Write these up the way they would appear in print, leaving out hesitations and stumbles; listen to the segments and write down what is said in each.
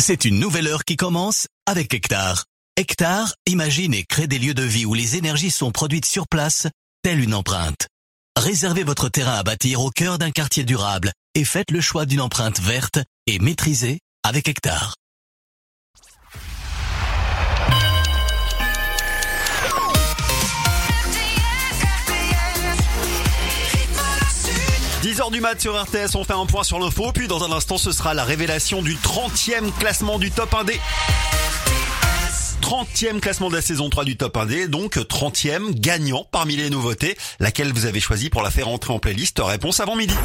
C'est une nouvelle heure qui commence avec Hectare. Hectare imagine et crée des lieux de vie où les énergies sont produites sur place, telle une empreinte. Réservez votre terrain à bâtir au cœur d'un quartier durable et faites le choix d'une empreinte verte et maîtrisée avec Hectare. « 10h du mat sur RTS, on fait un point sur l'info, puis dans un instant ce sera la révélation du 30e classement du Top 1D. 30e classement de la saison 3 du Top 1D, donc 30e gagnant parmi les nouveautés. Laquelle vous avez choisi pour la faire entrer en playlist? Réponse avant midi.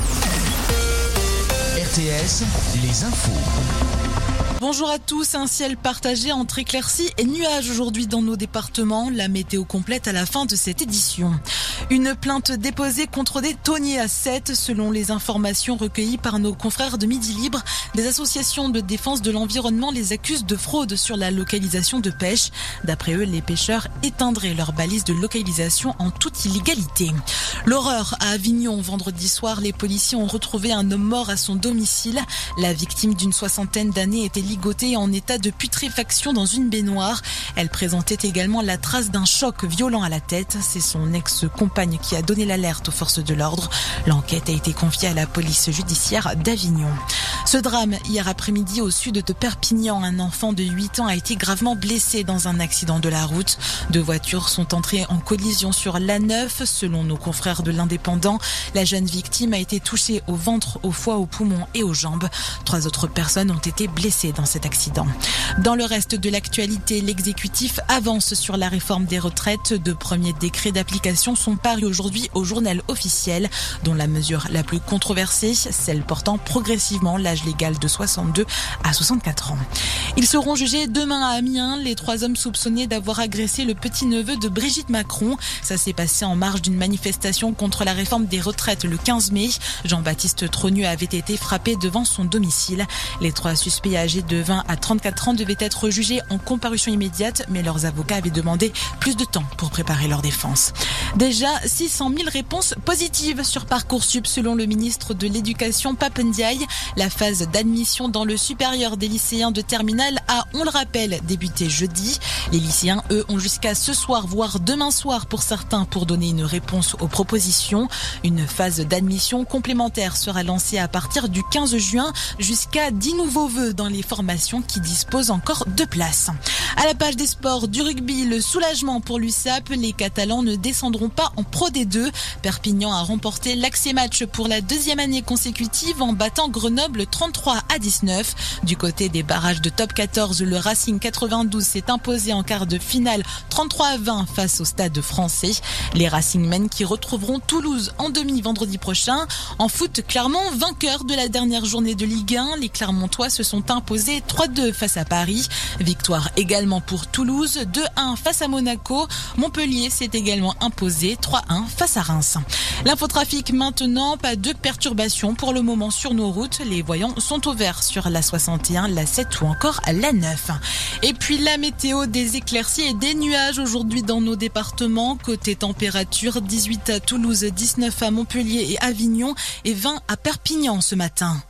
RTS, les infos. Bonjour à tous, un ciel partagé entre éclaircies et nuages aujourd'hui dans nos départements. La météo complète à la fin de cette édition. Une plainte déposée contre des thoniers à Sète. Selon les informations recueillies par nos confrères de Midi Libre, des associations de défense de l'environnement les accusent de fraude sur la localisation de pêche. D'après eux, les pêcheurs éteindraient leurs balises de localisation en toute illégalité. L'horreur à Avignon. Vendredi soir, les policiers ont retrouvé un homme mort à son domicile. La victime d'une 60aine d'années était ligotée en état de putréfaction dans une baignoire. Elle présentait également la trace d'un choc violent à la tête. C'est son ex-compagne qui a donné l'alerte aux forces de l'ordre. L'enquête a été confiée à la police judiciaire d'Avignon. Ce drame, hier après-midi au sud de Perpignan, un enfant de 8 ans a été gravement blessé dans un accident de la route. 2 voitures sont entrées en collision sur l'A9. Selon nos confrères de l'Indépendant, la jeune victime a été touchée au ventre, au foie, aux poumons et aux jambes. 3 autres personnes ont été blessées dans cet accident. Dans le reste de l'actualité, l'exécutif avance sur la réforme des retraites. 2 premiers décrets d'application sont parus aujourd'hui au journal officiel, dont la mesure la plus controversée, celle portant progressivement l'âge légal de 62 à 64 ans. Ils seront jugés demain à Amiens, les 3 hommes soupçonnés d'avoir agressé le petit-neveu de Brigitte Macron. Ça s'est passé en marge d'une manifestation contre la réforme des retraites le 15 mai. Jean-Baptiste Trogneux avait été frappé devant son domicile. Les 3 suspects âgés de 20 à 34 ans devaient être jugés en comparution immédiate, mais leurs avocats avaient demandé plus de temps pour préparer leur défense. Déjà 600 000 réponses positives sur Parcoursup selon le ministre de l'Éducation Pap Ndiaye. La phase d'admission dans le supérieur des lycéens de terminale a, on le rappelle, débuté jeudi. Les lycéens, eux, ont jusqu'à ce soir, voire demain soir pour certains, pour donner une réponse aux propositions. Une phase d'admission complémentaire sera lancée à partir du 15 juin jusqu'à 10 nouveaux vœux dans les formations qui disposent encore de places. À la page des sports, du rugby, le soulagement pour l'USAP. Les Catalans ne descendront pas en Pro D2. Perpignan a remporté l'accès match pour la 2e année consécutive en battant Grenoble 33-19. Du côté des barrages de top 14, le Racing 92 s'est imposé en quart de finale 33-20 face au Stade français. Les Racingmen qui retrouveront Toulouse en demi vendredi prochain. En foot, Clermont, vainqueur de la dernière journée de Ligue 1. Les Clermontois se sont imposés 3-2 face à Paris. Victoire également pour Toulouse, 2-1 face à Monaco. Montpellier s'est également imposé 3-1 face à Reims. L'infotrafic maintenant, pas de perturbations pour le moment sur nos routes. Les voyants sont au vert sur la 61, la 7 ou encore la 9. Et puis la météo, des éclaircies et des nuages aujourd'hui dans nos départements. Côté température, 18 à Toulouse, 19 à Montpellier et Avignon et 20 à Perpignan ce matin.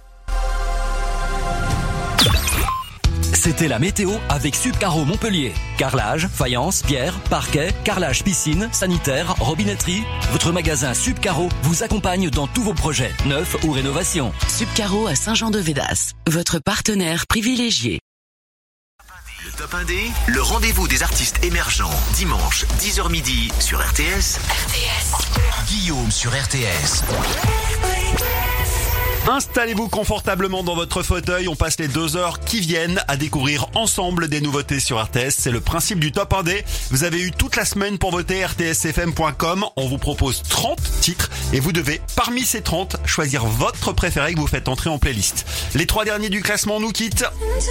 C'était la météo avec Subcaro Montpellier. Carrelage, faïence, pierre, parquet, carrelage piscine, sanitaire, robinetterie. Votre magasin Subcaro vous accompagne dans tous vos projets, neufs ou rénovations. Subcaro à Saint-Jean-de-Védas, votre partenaire privilégié. Le Top 1D, le rendez-vous des artistes émergents, dimanche 10h midi sur RTS. Guillaume sur RTS. Installez-vous confortablement dans votre fauteuil, on passe les 2 heures qui viennent à découvrir ensemble des nouveautés sur RTS. C'est le principe du Top 1D. Vous avez eu toute la semaine pour voter, rtsfm.com. On vous propose 30 titres et vous devez, parmi ces 30, choisir votre préféré que vous faites entrer en playlist. Les 3 derniers du classement nous quittent.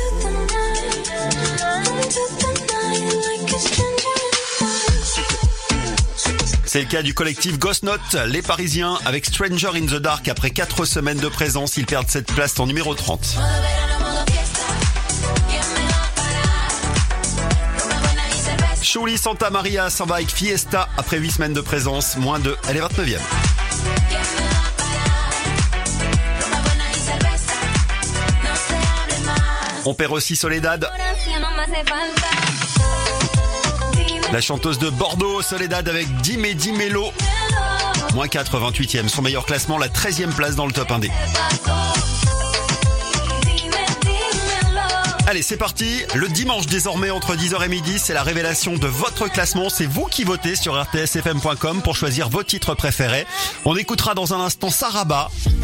C'est le cas du collectif Ghost Note, les Parisiens, avec Stranger in the Dark. Après 4 semaines de présence, ils perdent cette place en numéro 30. Chouli Santa Maria s'en va avec Fiesta après 8 semaines de présence, moins 2, elle est 29e. perd aussi Soledad. La chanteuse de Bordeaux, Soledad avec Dime Dimelo. Moins 4, 28e. Son meilleur classement, la 13e place dans le top 1D. Allez, c'est parti. Le dimanche désormais entre 10h et midi, c'est la révélation de votre classement. C'est vous qui votez sur rtsfm.com pour choisir vos titres préférés. On écoutera dans un instant Saraba.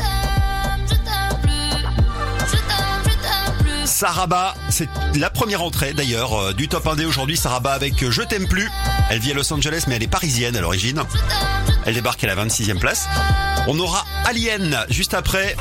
Saraba, c'est la première entrée d'ailleurs du top 1D aujourd'hui. Saraba avec Je t'aime plus. Elle vit à Los Angeles mais elle est parisienne à l'origine. Elle débarque à la 26e place. On aura Alien juste après.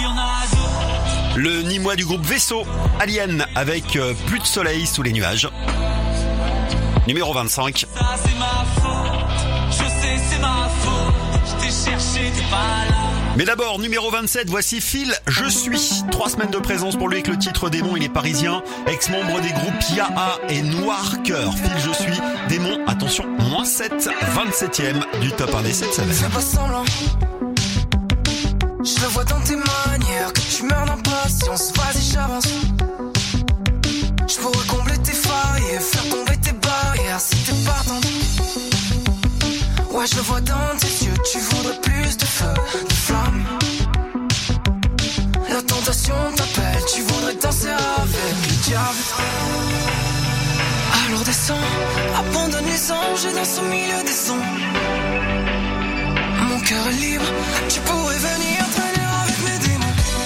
Le Nîmois du groupe Vaisseau, Alien avec Plus de soleil sous les nuages. Numéro 25. Ça c'est ma faute, je sais c'est ma faute, je t'ai cherché, t'es pas là. Mais d'abord, numéro 27, voici Phil, Je suis. 3 semaines de présence pour lui avec le titre Démon, il est parisien, ex-membre des groupes Yaa et Noir Cœur. Phil, Je suis, Démon, attention, moins 7, 27e du top 1 des 7 semaines. Fais pas semblant, je le vois dans tes manières, que tu meurs d'impatience, vas-y j'avance. Je pourrais combler tes failles et faire tomber tes barrières si t'es partant. Ouais, je le vois dans tes yeux, tu voudrais plus de feu, de flamme. La tentation t'appelle, tu voudrais danser avec le diable. Alors descends, abandonne les anges et danse au milieu des sons. Mon cœur est libre, tu pourrais venir traîner avec mes démons.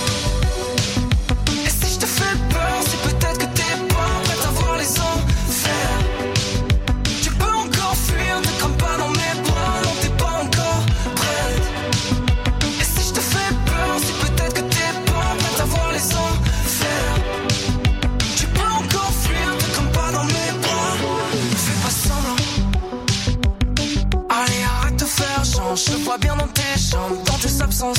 Et si je te fais peur, c'est peut-être que t'es pas prête à voir les enfers. Tu peux encore fuir, ne crame pas dans mes bras, non t'es pas encore prête. Et si je te fais peur, c'est peut-être que t'es pas prête à voir les enfers. Tu peux encore fuir, ne crame pas dans mes bras, fais pas semblant. Allez arrête de faire genre, je le vois bien dans tes jambes, dans tes absences.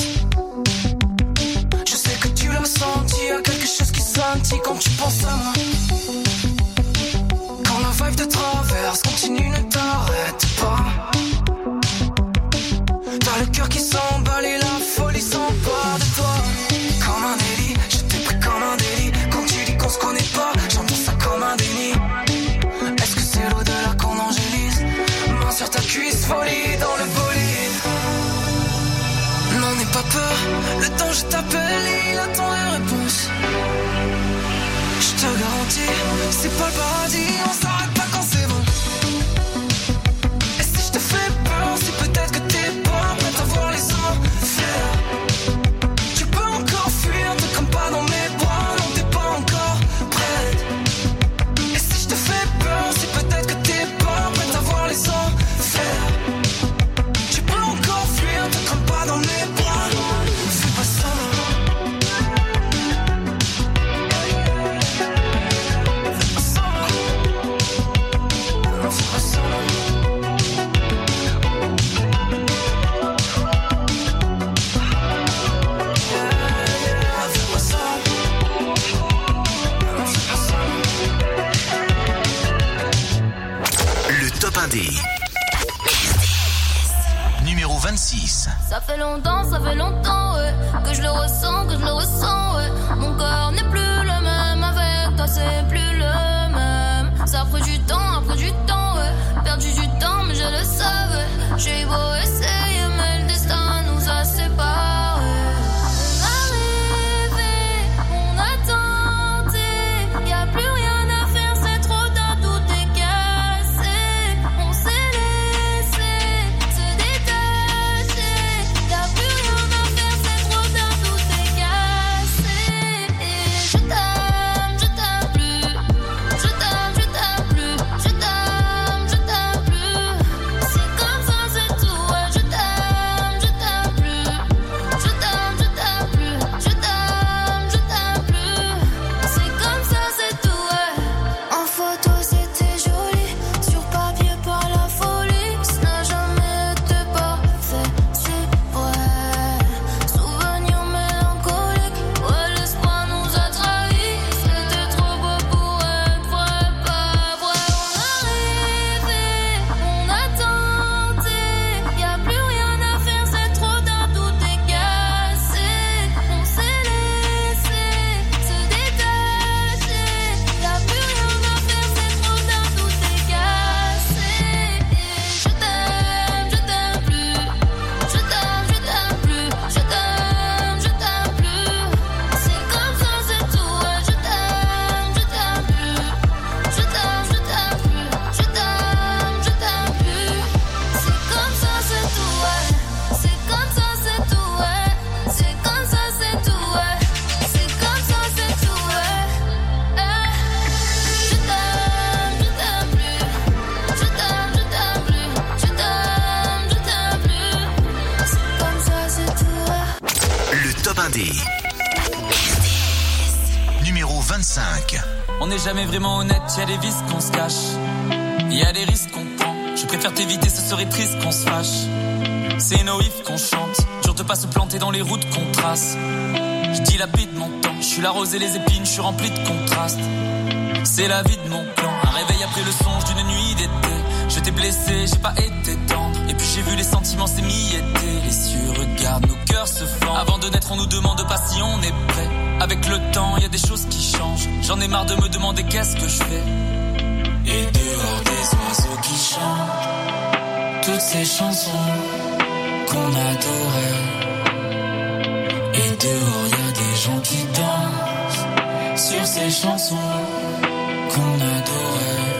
Je sais que tu l'as senti, y'a quelque chose qui scintille quand tu penses à moi. Quand la vibe te traverse, continue, ne t'arrête pas. T'as le cœur qui s'emballe et la folie s'empare de toi. Comme un délit, je t'ai pris comme un délit. Quand tu dis qu'on se connaît pas, j'entends ça comme un déni. Est-ce que c'est l'au-delà qu'on angélise? Main sur ta cuisse, folie dans le bolide. Non, n'aie pas peur, le danger t'appelle et il attend les réponses. Je te garantis, c'est pas le paradis, on s'arrête pas quand c'est bon. Et si je te fais peur, c'est peut-être que t'es pas prête à voir les enfers. Tu peux encore fuir, ne crame pas dans mes bras, non t'es pas encore prête. Et si je te fais peur, c'est peut-être que t'es pas prête à voir les enfers. Tu peux encore fuir, ne crame pas dans mes bras, fais pas semblant. Le top 1D. Numéro 26. Ça fait longtemps, ouais, que je le ressens, ouais. Mon corps n'est plus le même, avec toi c'est plus le même. Ça a pris du temps, ouais, perdu du temps, mais je le savais. J'ai eu beau essayer, mais le destin nous a séparés. On a tenté, y'a plus rien à faire, c'est trop tard, tout est cassé. On s'est laissé se détacher, y'a plus rien à faire, c'est trop tard, tout est cassé. Et je t'aime plus, je t'aime plus, je t'aime plus. C'est comme ça, c'est tout, ouais, je t'aime D. Numéro 25. On n'est jamais vraiment honnête, y'a des vices qu'on se cache. Y'a des risques qu'on prend. Je préfère t'éviter, ce serait triste qu'on se fâche. C'est nos ifs qu'on chante. Dur de pas se planter dans les routes qu'on trace. Je dilapide mon temps. Je suis la rose et les épines, je suis rempli de contrastes. C'est la vie de mon plan. Un réveil après le songe d'une nuit d'été. Je t'ai blessé, j'ai pas été tendre. Et puis j'ai vu les sentiments s'émietter. Les cieux regardent, nos cœurs se fendent. Avant de naître, on nous demande pas si on est prêt. Avec le temps, y a des choses qui changent. J'en ai marre de me demander qu'est-ce que je fais. Et dehors des oiseaux qui chantent toutes ces chansons qu'on adorait. Et dehors y a des gens qui dansent sur ces chansons qu'on adorait.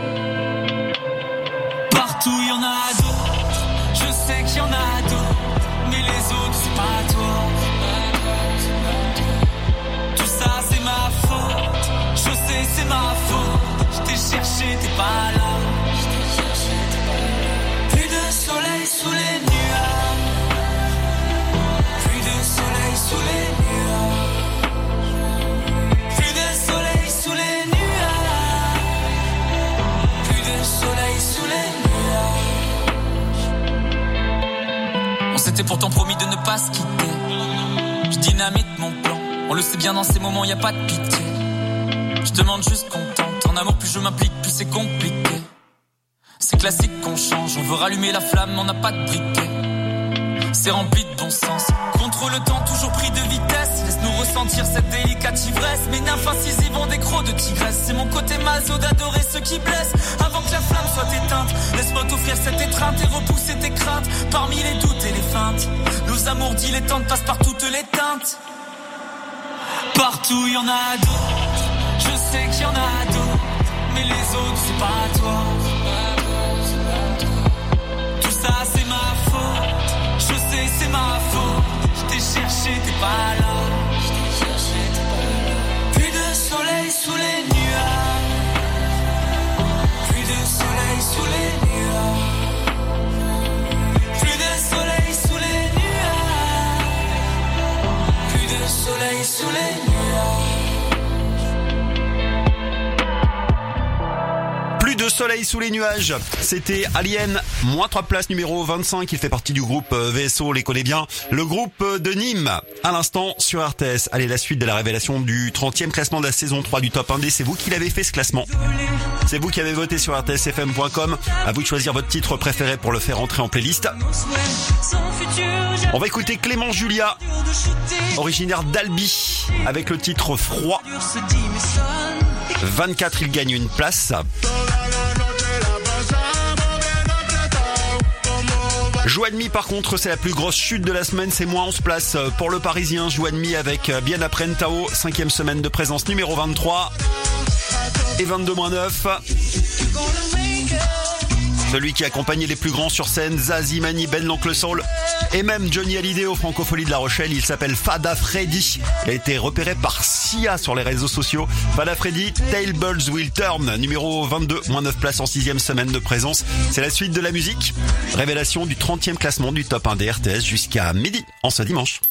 Partout y en a d'autres, je sais qu'il y en a d'autres, mais les autres c'est pas toi. Tout ça c'est ma faute, je sais c'est ma faute. Je t'ai cherché, t'es pas là. Plus de soleil sous les nuages. Plus de soleil sous les nuages. Plus de soleil sous les nuages. Plus de soleil sous les nuages. On s'était pourtant promis de ne pas se quitter. Je dynamite mon plan. On le sait bien, dans ces moments y a pas de pitié. Je demande juste qu'on tente. En amour, plus je m'implique, plus c'est compliqué. C'est classique qu'on change. On veut rallumer la flamme, on n'a pas de briquet. C'est rempli de bon sens. Contre le temps, toujours pris de vitesse. Laisse-nous ressentir cette délicate ivresse. Mes nymphes incisives ont des crocs de tigresse. C'est mon côté maso d'adorer ceux qui blessent. Avant que la flamme soit éteinte, laisse-moi t'offrir cette étreinte et repousser tes craintes. Parmi les doutes et les feintes, nos amours dilettantes passent par toutes les teintes. Partout y en a d'autres. Je sais qu'il y en a d'autres, mais les autres c'est pas toi. Tout ça c'est ma faute, je sais c'est ma faute. Je t'ai cherché, t'es pas là. Plus de soleil sous les nuages. Plus de soleil sous les nuages. Plus de soleil sous les nuages. Plus de soleil sous les nuages. Plus de soleil sous les nuages. C'était Alien, moins 3 places, numéro 25. Il fait partie du groupe VSO, on les connaît bien. Le groupe de Nîmes, à l'instant sur RTS. Allez, la suite de la révélation du 30e classement de la saison 3 du Top 1D. C'est vous qui l'avez fait, ce classement. C'est vous qui avez voté sur rtsfm.com. À vous de choisir votre titre préféré pour le faire entrer en playlist. On va écouter Clément Julia, originaire d'Albi, avec le titre Froid. 24, il gagne une place. Joue Admis, par contre, c'est la plus grosse chute de la semaine, c'est moins 11 places pour le Parisien. Joue Admis avec Bien après Ntao, 5e semaine de présence, numéro 23. Et 22-9. Celui qui a accompagné les plus grands sur scène, Zazie, Mani, Ben l'Oncle Soul et même Johnny Hallyday au Francophonie de La Rochelle. Il s'appelle Fada Freddy. Il a été repéré par Sia sur les réseaux sociaux. Fada Freddy, Tailbirds Will Turn, numéro 22, moins 9 places en 6e semaine de présence. C'est la suite de la musique. Révélation du 30e classement du Top 1 des RTS jusqu'à midi en ce dimanche.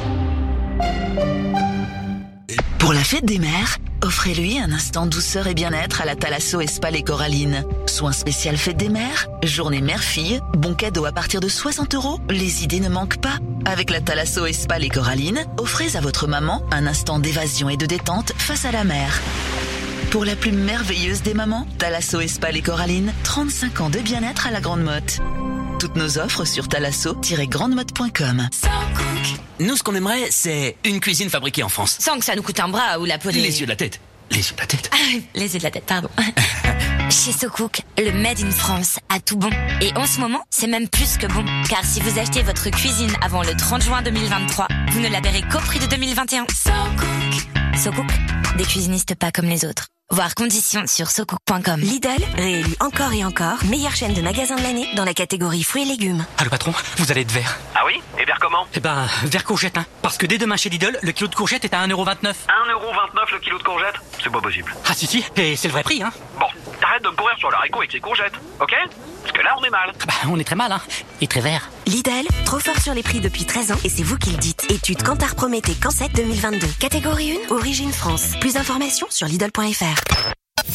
Pour la fête des mères, offrez-lui un instant douceur et bien-être à la Thalasso et Spa Les Corallines. Soins spécial fête des mères, journée mère-fille, bon cadeau à partir de 60 €, les idées ne manquent pas. Avec la Thalasso et Spa Les Corallines, offrez à votre maman un instant d'évasion et de détente face à la mer. Pour la plus merveilleuse des mamans, Thalasso et Spa Les Corallines, 35 ans de bien-être à la Grande Motte. Toutes nos offres sur thalasso-grandmotte.com. Nous, ce qu'on aimerait, c'est une cuisine fabriquée en France. Sans que ça nous coûte un bras ou la peau des... Les yeux de la tête. Les yeux de la tête. Ah oui, les yeux de la tête, pardon. Chez So Cook, le Made in France a tout bon. Et en ce moment, c'est même plus que bon. Car si vous achetez votre cuisine avant le 30 juin 2023, vous ne la paierez qu'au prix de 2021. So Cook, des cuisinistes pas comme les autres. Voir conditions sur socook.com. Lidl, réélu encore et encore, meilleure chaîne de magasins de l'année dans la catégorie fruits et légumes. Ah, le patron, vous allez être vert. Ah oui? Et vert comment? Eh ben, vert courgette, hein. Parce que dès demain chez Lidl, le kilo de courgette est à 1,29 €. 1,29 € le kilo de courgette? C'est pas possible. Ah si, et c'est le vrai prix, hein. Bon, t'arrêtes de me courir sur le haricot avec les courgettes, ok? Parce que là, on est mal. Bah, on est très mal, hein. Et très vert. Lidl, trop fort sur les prix depuis 13 ans et c'est vous qui le dites. Étude Kantar Prométhée Cansec 2022. Catégorie 1, Origine France. Plus d'informations sur Lidl.fr.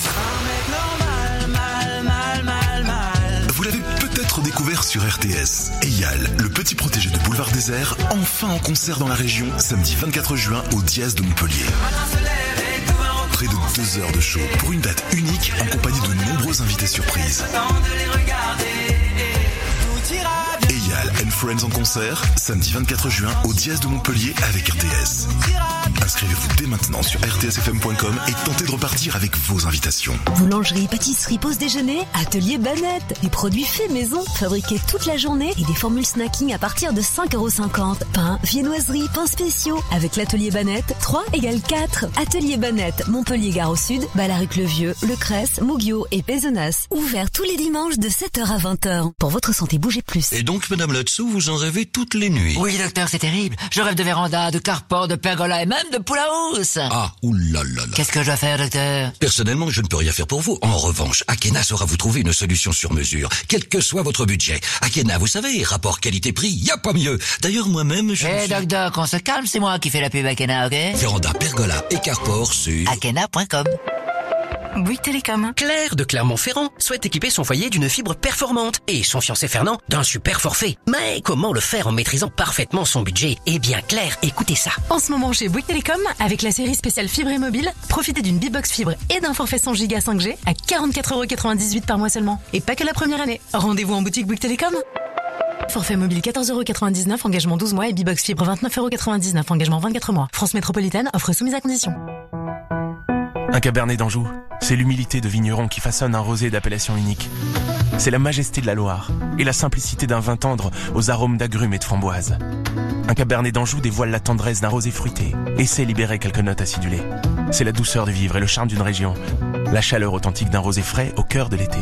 Vous l'avez peut-être découvert sur RTS. Eyal, le petit protégé de Boulevard Désert, enfin en concert dans la région, samedi 24 juin au Diaz de Montpellier. Près de 2 heures de show pour une date unique en compagnie de nombreux invités surprises. Eyal and Friends en concert, samedi 24 juin au Diaz de Montpellier avec RTS. Inscrivez-vous dès maintenant sur rtsfm.com et tentez de repartir avec vos invitations. Boulangerie, pâtisserie, pause déjeuner, Atelier Banette. Des produits faits maison, fabriqués toute la journée et des formules snacking à partir de 5,50 €. Pain, viennoiserie, pains spéciaux. Avec l'Atelier Banette, 3 = 4. Atelier Banette, Montpellier Gare au Sud, Balaruc-le-Vieux, Le Cresse, Mouguiot et Pézenas. Ouvert tous les dimanches de 7h à 20h. Pour votre santé, bougez plus. Et donc, Madame là-dessous, vous en rêvez toutes les nuits? Oui, docteur, c'est terrible. Je rêve de véranda, de carport, de pergola et même de pool house. Ah, oulala. Qu'est-ce que je dois faire, docteur? Personnellement, je ne peux rien faire pour vous. En revanche, Akena saura vous trouver une solution sur mesure, quel que soit votre budget. Akena, vous savez, rapport qualité-prix, y a pas mieux. D'ailleurs, moi-même, je... Doc, on se calme, c'est moi qui fais la pub Akena, ok? Véranda, pergola et carport sur... Akena.com. Bouygues Télécom. Claire de Clermont-Ferrand souhaite équiper son foyer d'une fibre performante et son fiancé Fernand d'un super forfait. Mais comment le faire en maîtrisant parfaitement son budget? Eh bien Claire, écoutez ça. En ce moment chez Bouygues Télécom, avec la série spéciale fibre et mobile, profitez d'une B-Box fibre et d'un forfait 100 Go 5G à 44,98 € par mois seulement. Et pas que la première année. Rendez-vous en boutique Bouygues Télécom. Forfait mobile 14,99 €, engagement 12 mois et B-Box fibre 29,99 €, engagement 24 mois. France Métropolitaine, offre soumise à condition. Un Cabernet d'Anjou, c'est l'humilité de vigneron qui façonne un rosé d'appellation unique. C'est la majesté de la Loire et la simplicité d'un vin tendre aux arômes d'agrumes et de framboises. Un Cabernet d'Anjou dévoile la tendresse d'un rosé fruité et sait libérer quelques notes acidulées. C'est la douceur du vivre et le charme d'une région, la chaleur authentique d'un rosé frais au cœur de l'été.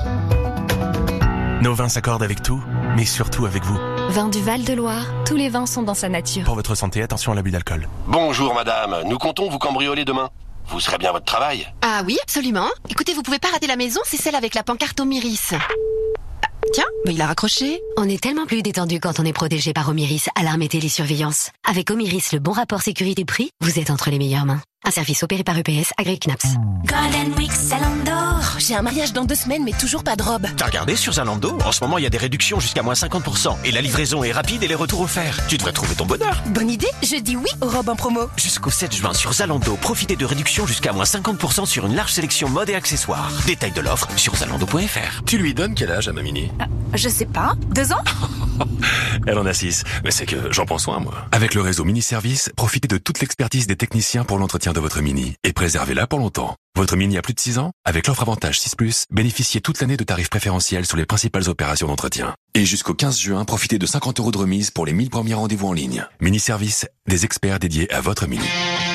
Nos vins s'accordent avec tout, mais surtout avec vous. Vin du Val-de-Loire, tous les vins sont dans sa nature. Pour votre santé, attention à l'abus d'alcool. Bonjour madame, nous comptons vous cambrioler demain. Vous serez bien à votre travail? Ah oui, absolument. Écoutez, vous pouvez pas rater la maison, c'est celle avec la pancarte Omiris. Tiens, il a raccroché. On est tellement plus détendu quand on est protégé par Omiris, alarme et télésurveillance. Avec Omiris, le bon rapport sécurité-prix, vous êtes entre les meilleures mains. Un service opéré par EPS, agréé CNAPS. Golden Week Zalando. J'ai un mariage dans 2 semaines, mais toujours pas de robe. T'as regardé sur Zalando? En ce moment, il y a des réductions jusqu'à moins 50%. Et la livraison est rapide et les retours offerts. Tu devrais trouver ton bonheur. Bonne idée, je dis oui aux robes en promo. Jusqu'au 7 juin sur Zalando, profitez de réductions jusqu'à moins 50% sur une large sélection mode et accessoires. Détail de l'offre sur Zalando.fr. Tu lui donnes quel âge à ma mini? Je sais pas, 2 ans? Elle en a 6. Mais c'est que j'en prends soin, moi. Avec le réseau Mini Service, profitez de toute l'expertise des techniciens pour l'entretien de votre Mini. Et préservez-la pour longtemps. Votre Mini a plus de 6 ans? Avec l'offre Avantage 6+, bénéficiez toute l'année de tarifs préférentiels sur les principales opérations d'entretien. Et jusqu'au 15 juin, profitez de 50 € de remise pour les 1000 premiers rendez-vous en ligne. Mini Service, des experts dédiés à votre Mini.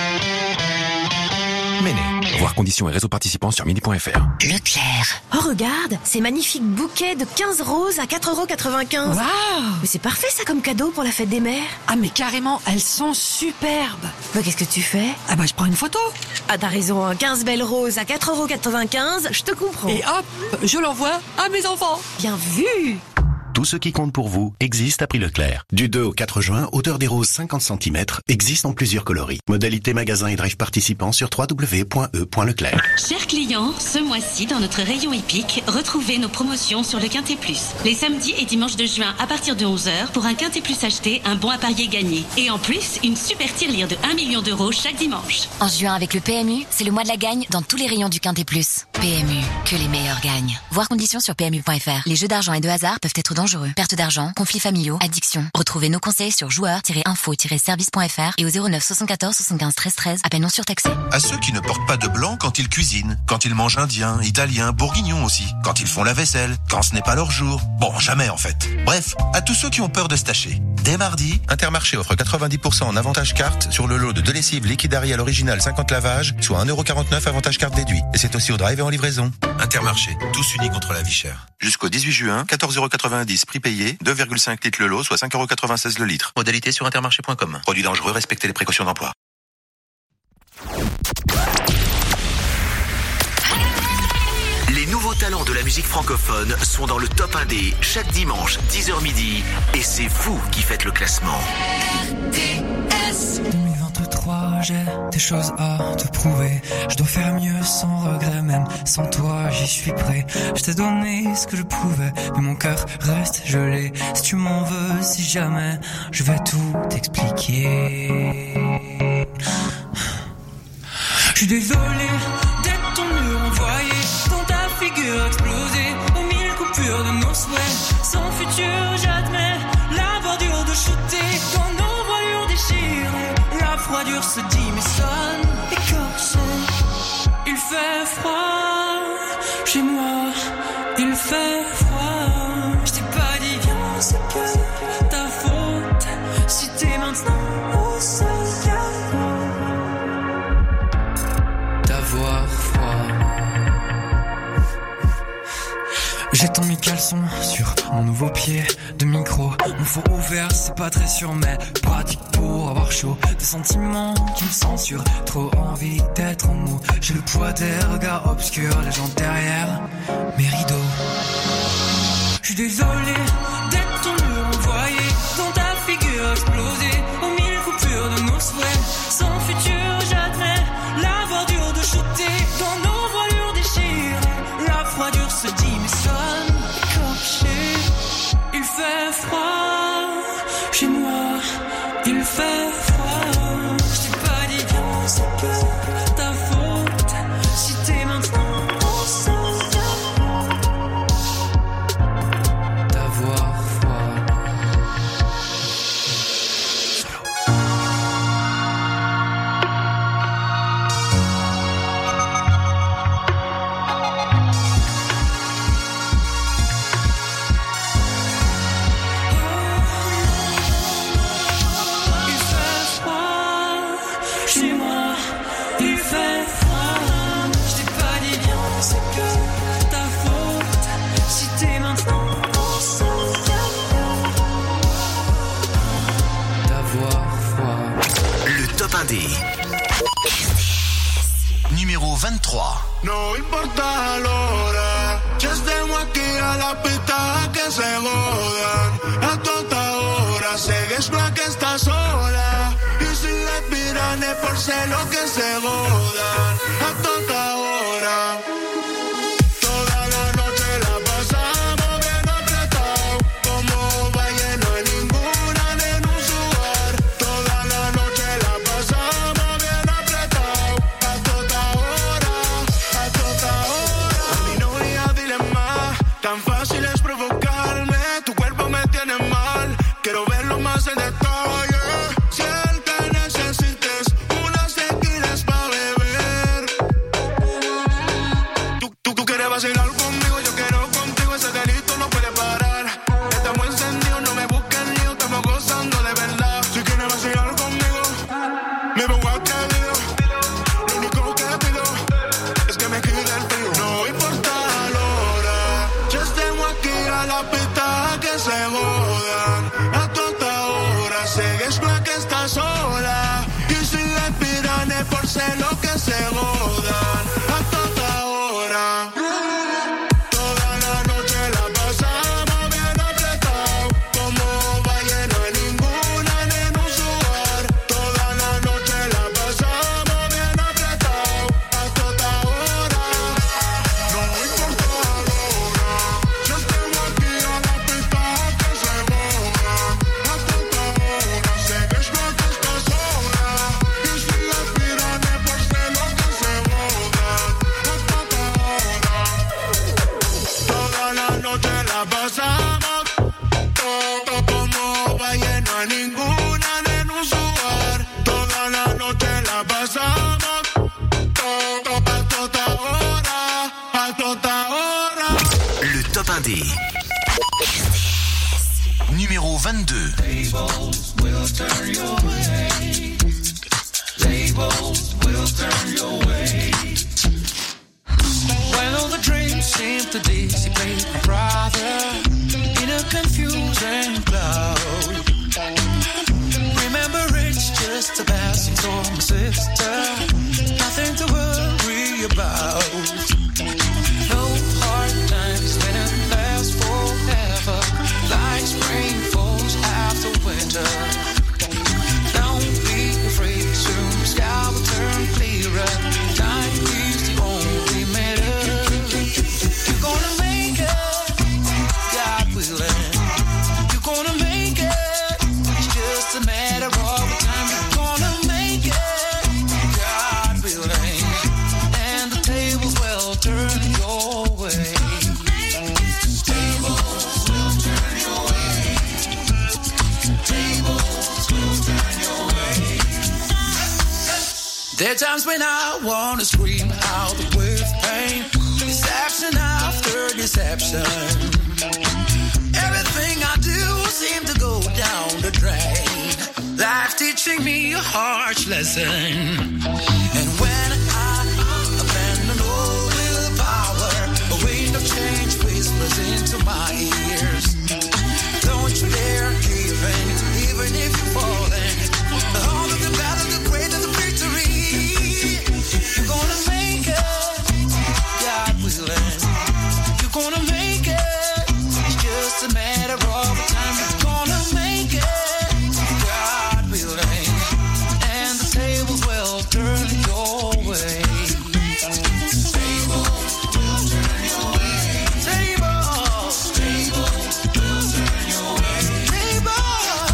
Méné. Voir conditions et réseaux participants sur mini.fr. Leclerc. Oh regarde, ces magnifiques bouquets de 15 roses à 4,95 €. Waouh! Mais c'est parfait ça comme cadeau pour la fête des mères. Ah mais carrément, elles sont superbes. Bah qu'est-ce que tu fais? Ah bah je prends une photo. Ah t'as raison, 15 belles roses à 4,95 €, je te comprends. Et hop, je l'envoie à mes enfants. Bien vu! Tout ce qui compte pour vous existe à prix Leclerc. Du 2 au 4 juin, hauteur des roses 50 cm existe en plusieurs coloris. Modalité magasin et drive participants sur www.e.leclerc. Chers clients, ce mois-ci, dans notre rayon hippique, retrouvez nos promotions sur le Quintet Plus. Les samedis et dimanches de juin à partir de 11h, pour un Quintet Plus acheté, un bon à parier gagné. Et en plus, une super tirelire de 1 million d'euros chaque dimanche. En juin, avec le PMU, c'est le mois de la gagne dans tous les rayons du Quintet Plus. PMU, que les meilleurs gagnent. Voir conditions sur PMU.fr. Les jeux d'argent et de hasard peuvent être dangereux. Perte d'argent, conflits familiaux, addiction. Retrouvez nos conseils sur joueurs-info-service.fr et au 09 74 75 13 13, appel non surtaxé. À ceux qui ne portent pas de blanc quand ils cuisinent, quand ils mangent indien, italien, bourguignon aussi, quand ils font la vaisselle, quand ce n'est pas leur jour. Bon, jamais en fait. Bref, à tous ceux qui ont peur de se tacher. Dès mardi, Intermarché offre 90% en avantage carte sur le lot de 2 lessives Liquid Ariel original 50 lavages, soit 1,49 € avantage carte déduit. Et c'est aussi au drive et en livraison. Intermarché, tous unis contre la vie chère. Jusqu'au 18 juin, 14,90 € prix payé, 2,5 litres le lot, soit 5,96 € le litre. Modalité sur intermarché.com. Produit dangereux, respectez les précautions d'emploi. Les nouveaux beaux talents de la musique francophone sont dans le top 1D chaque dimanche 10h midi et c'est vous qui faites le classement. RTS 2023, j'ai des choses à te prouver. Je dois faire mieux sans regret, même sans toi j'y suis prêt. Je t'ai donné ce que je pouvais, mais mon cœur reste gelé. Si tu m'en veux, si jamais, je vais tout t'expliquer. Je suis désolé d'être ton mur envoyé, dans ta figure explosée, aux mille coupures de nos souhaits. Sans futur, j'admets la bordure de shooter dans nos voilures déchirées. La froidure se dit mais sonne écorché. Il fait froid chez moi, il fait froid. Je t'ai pas dit viens, c'est que ta faute. Si t'es maintenant au sol, d'avoir froid. J'ai tant mis caleçon sur mon nouveau pied de micro. Mon four ouvert, c'est pas très sûr, mais pratique pour avoir chaud. Des sentiments qui me censurent, trop envie d'être en mots. J'ai le poids des regards obscurs, les gens derrière mes rideaux. J'suis désolé d'être ton mur envoyé, dans ta figure explosée, aux mille coupures de nos souhaits. Sans futur, j'admets la bordure de shooter dans nos voilures déchirées. La froidure se dit mais sonne écorché. Il fait froid chez moi, il fait froid. Je t'ai pas dit viens, c'est que ta faute. Si t'es maintenant ensemble, d'avoir froid. Chez moi, il fait froid. Je t'ai pas dit viens, c'est que ta faute. Si t'es maintenant ensemble, d'avoir froid. Le top 1D. Numéro 23. No importa la hora, ya estemos aquí a la pista que se jodan. A toda hora, sé que es la que está sola. Y si respiran es por ser lo que se jodan. A toda hora. Toda la noche la pasamos bien apretado. Como valle no hay ninguna en un lugar. Toda la noche la pasamos bien apretado. A toda hora, a toda hora. A mi novia dile más, tan fácil es provocarme. Tu cuerpo me tiene mal, quiero verlo más en detalle. Si el que necesites unas tequilas pa' beber. Tú quieres vacilar conmigo, yo quiero contigo. Ese delito no puede parar. Estamos encendidos, no me busques lío. Estamos gozando de verdad. Si quieres vacilar conmigo, me pongo atrevido. Lo único que pido es que me quede el frío. No importa la hora, ya estemos aquí a la pista que se jodan. A toda hora, sé que es la que está sola. Y si respiran es por ser lo que se jodan. A toda hora. Toda la noche la pasamos bien apretado. Como valle no hay ninguna en un lugar. Toda la noche la pasamos bien apretado. A toda hora. No importa la hora, ya estamos aquí a la pista que se jodan. A toda hora, sé que es la que está sola. Y si respiran es por ser lo que se jodan. A toda hora. Toda la noche la pasamos. Todo como valle no hay ninguna en un lugar. Toda la noche la pasamos. Todo a toda hora, a toda hora. Le top 1D. Numéro 22. Labels will turn your way. Labels will turn your way. When all the dreams seem to dissipate, my brother, in a confusing cloud. Remember, it's just a passing storm, sister. Nothing to worry about. No heart There are times when I wanna scream out with pain. Deception after deception. Everything I do seems to go down the drain. Life teaching me a harsh lesson. And when I abandon all willpower, a wind of change whispers into my ears. Don't you dare give in, even if you're falling. The harder the battle, the greater the victory. You're gonna make it, God willing. You're gonna make it. It's just a matter of time. You're gonna make it, God willing. And the tables will turn your way. Table will turn your way. Table will turn your way. Table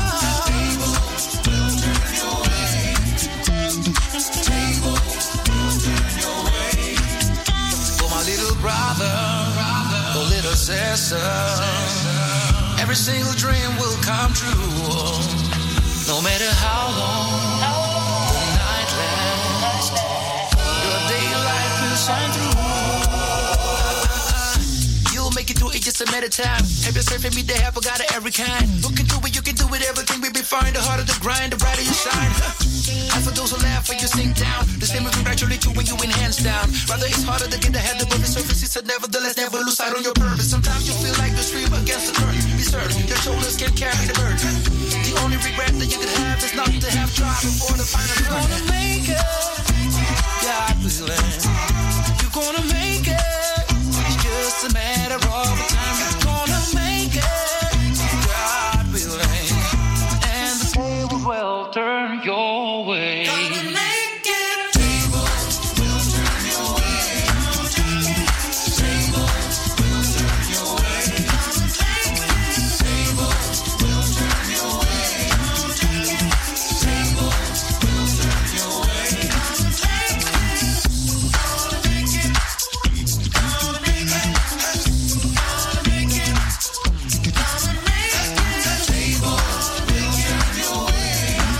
will turn your way. Table will turn your way. For my little brother, or little sister, every single dream will come true. No matter how long the night lasts, your daylight will shine through. You'll make it through it just a matter of time. Have yourself and me the help, I got it every kind. Look into it, you can do it, everything will be fine. The harder the grind, the brighter you shine. And for those who laugh when you sink down, the same will congratulate you when you win hands down. Rather it's harder to get ahead above the surface. It's a nevertheless, never lose sight on your purpose. Sometimes you feel like the stream against the current. Be certain your shoulders can carry the burden. The only regret that you could have is not to have tried before the final. You're gonna make it, God willing. You're gonna make it. It's just a matter of time. You're gonna make it, God willing. And the tables will turn your way. Gonna make it. Tables will turn your way. Tables will turn your way. Tables will turn your way. Tables will turn your way. Gonna make it. Gonna make it. Gonna make it. Gonna make it. Tables will turn your way.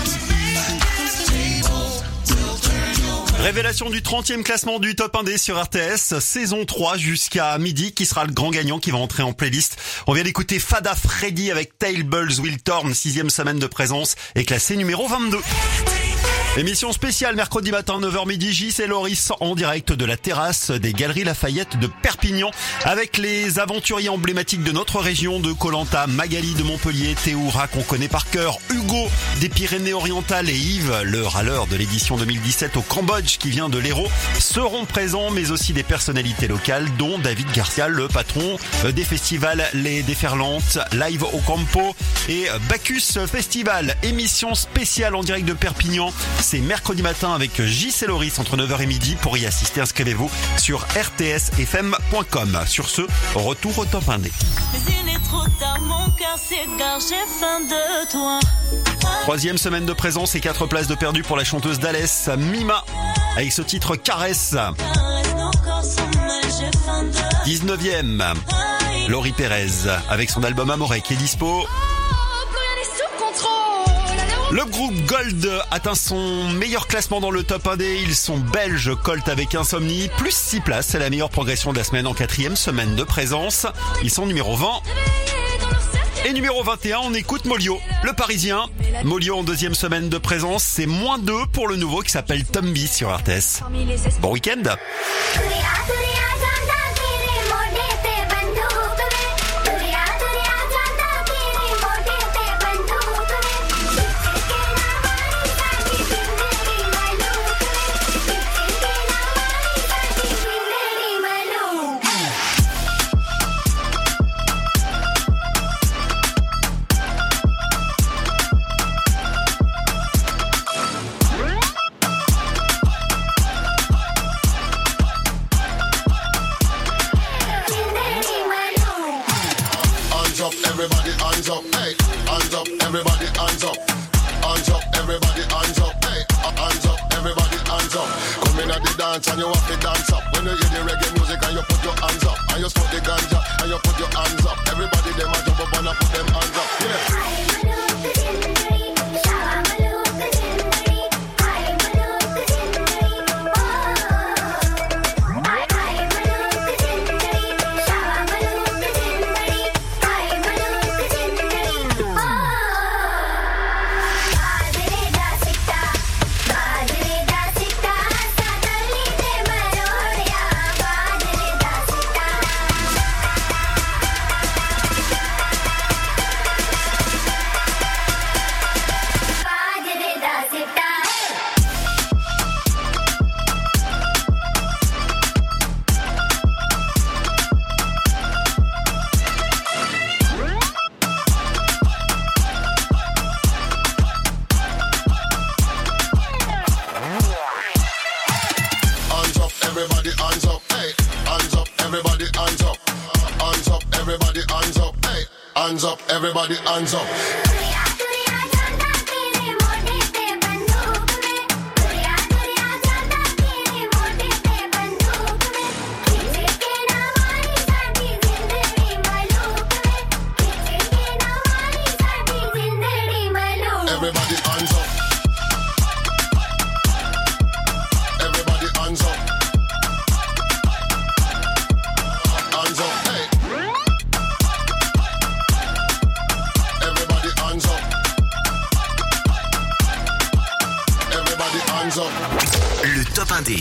Révélation du 30e classement du Top 1D sur RTS, saison 3 jusqu'à midi, qui sera le grand gagnant qui va entrer en playlist. On vient d'écouter Fada Freddy avec Tailballs Will Turn, 6e semaine de présence, et classé numéro 22. Émission spéciale mercredi matin 9h midi, Gis et Loris en direct de la terrasse des Galeries Lafayette de Perpignan avec les aventuriers emblématiques de notre région, de Koh-Lanta, Magali de Montpellier, Théoura qu'on connaît par cœur, Hugo des Pyrénées-Orientales et Yves, le râleur de l'édition 2017 au Cambodge qui vient de l'Hérault, seront présents, mais aussi des personnalités locales dont David Garcia, le patron des festivals Les Déferlantes, Live au Campo et Bacchus Festival. Émission spéciale en direct de Perpignan. C'est mercredi matin avec Gis et Loris entre 9h et midi. Pour y assister, inscrivez-vous sur rtsfm.com. Sur ce, retour au Top 1D. Troisième semaine de présence et 4 places de perdu pour la chanteuse d'Alès, Mima, avec ce titre Caresse. 19e, Laurie Pérez, avec son album Amoré qui est dispo. Le groupe Gold atteint son meilleur classement dans le Top 1D. Ils sont belges, Colt avec Insomnie, plus 6 places. C'est la meilleure progression de la semaine en 4e semaine de présence. Ils sont numéro 20. Et numéro 21, on écoute Molio, le Parisien. Molio en 2e semaine de présence, c'est moins 2 pour le nouveau qui s'appelle Tombi sur RTS. Bon week-end. Everybody hands up, hey, hands up, everybody hands up. Hands up, everybody hands up, hey, hands up, everybody hands up. Come in at the dance and you have to dance up. When you hear the reggae music and you put your hands up. And you smoke the ganja and you put your hands up. Everybody them a jump up and put them hands up, yeah. hands up, everybody hands up, hey, hands up, everybody hands up. Everybody hands up. Everybody hands up. Hands up, hey. Everybody hands up. Everybody hands up. Le top 1D.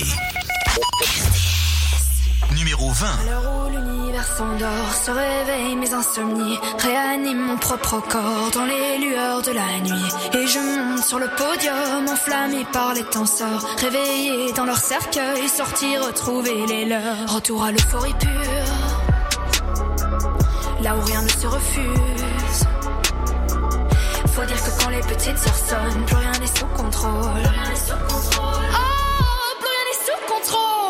Numéro 20. À l'heure où l'univers s'endort, se réveillent mes insomnies, réanime mon propre corps dans les lueurs de la nuit. Et je monte sur le podium, enflammé par les tenseurs, réveillés dans leur cercueil, sortis retrouver les leurs. Retour à l'euphorie pure, là où rien ne se refuse. Faut dire que quand les petites sœurs sonnent, plus rien n'est sous contrôle. Oh, plus rien n'est sous contrôle.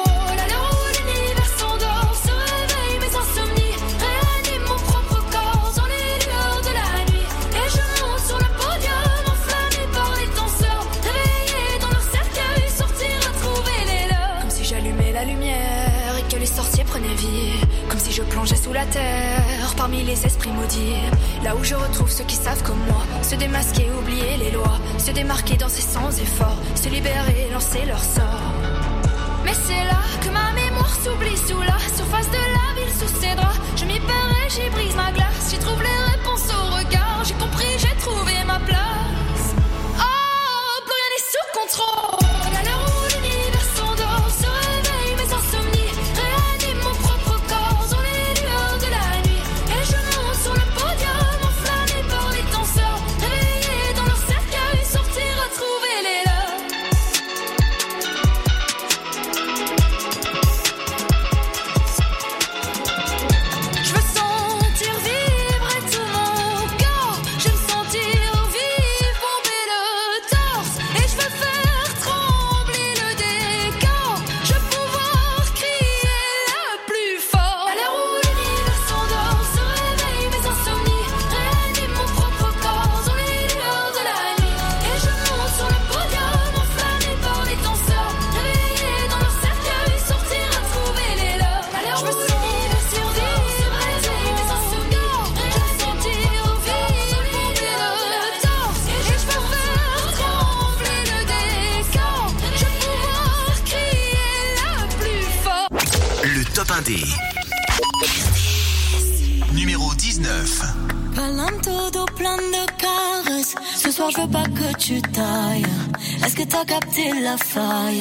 Comme si je plongeais sous la terre, parmi les esprits maudits. Là où je retrouve ceux qui savent comme moi, se démasquer, oublier les lois, se démarquer, danser sans effort, se libérer, lancer leur sort. Mais c'est là que ma mémoire s'oublie sous la surface de la ville, sous ses draps. Je m'y perds et j'y brise ma glace, j'y trouve les réponses au regard. J'ai compris, j'ai trouvé ma place. Oh, plus rien n'est sous contrôle. À l'heure où l'univers s'endort, se réveillent mes insomnies. Numéro 19. Tout plein de caresses. Ce soir je veux pas que tu tailles. Est-ce que t'as capté la faille?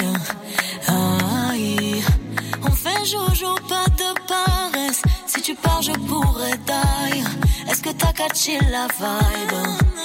Aïe. On fait joujou, pas de paresse. Si tu pars je pourrais die. Est-ce que t'as catché la vibe?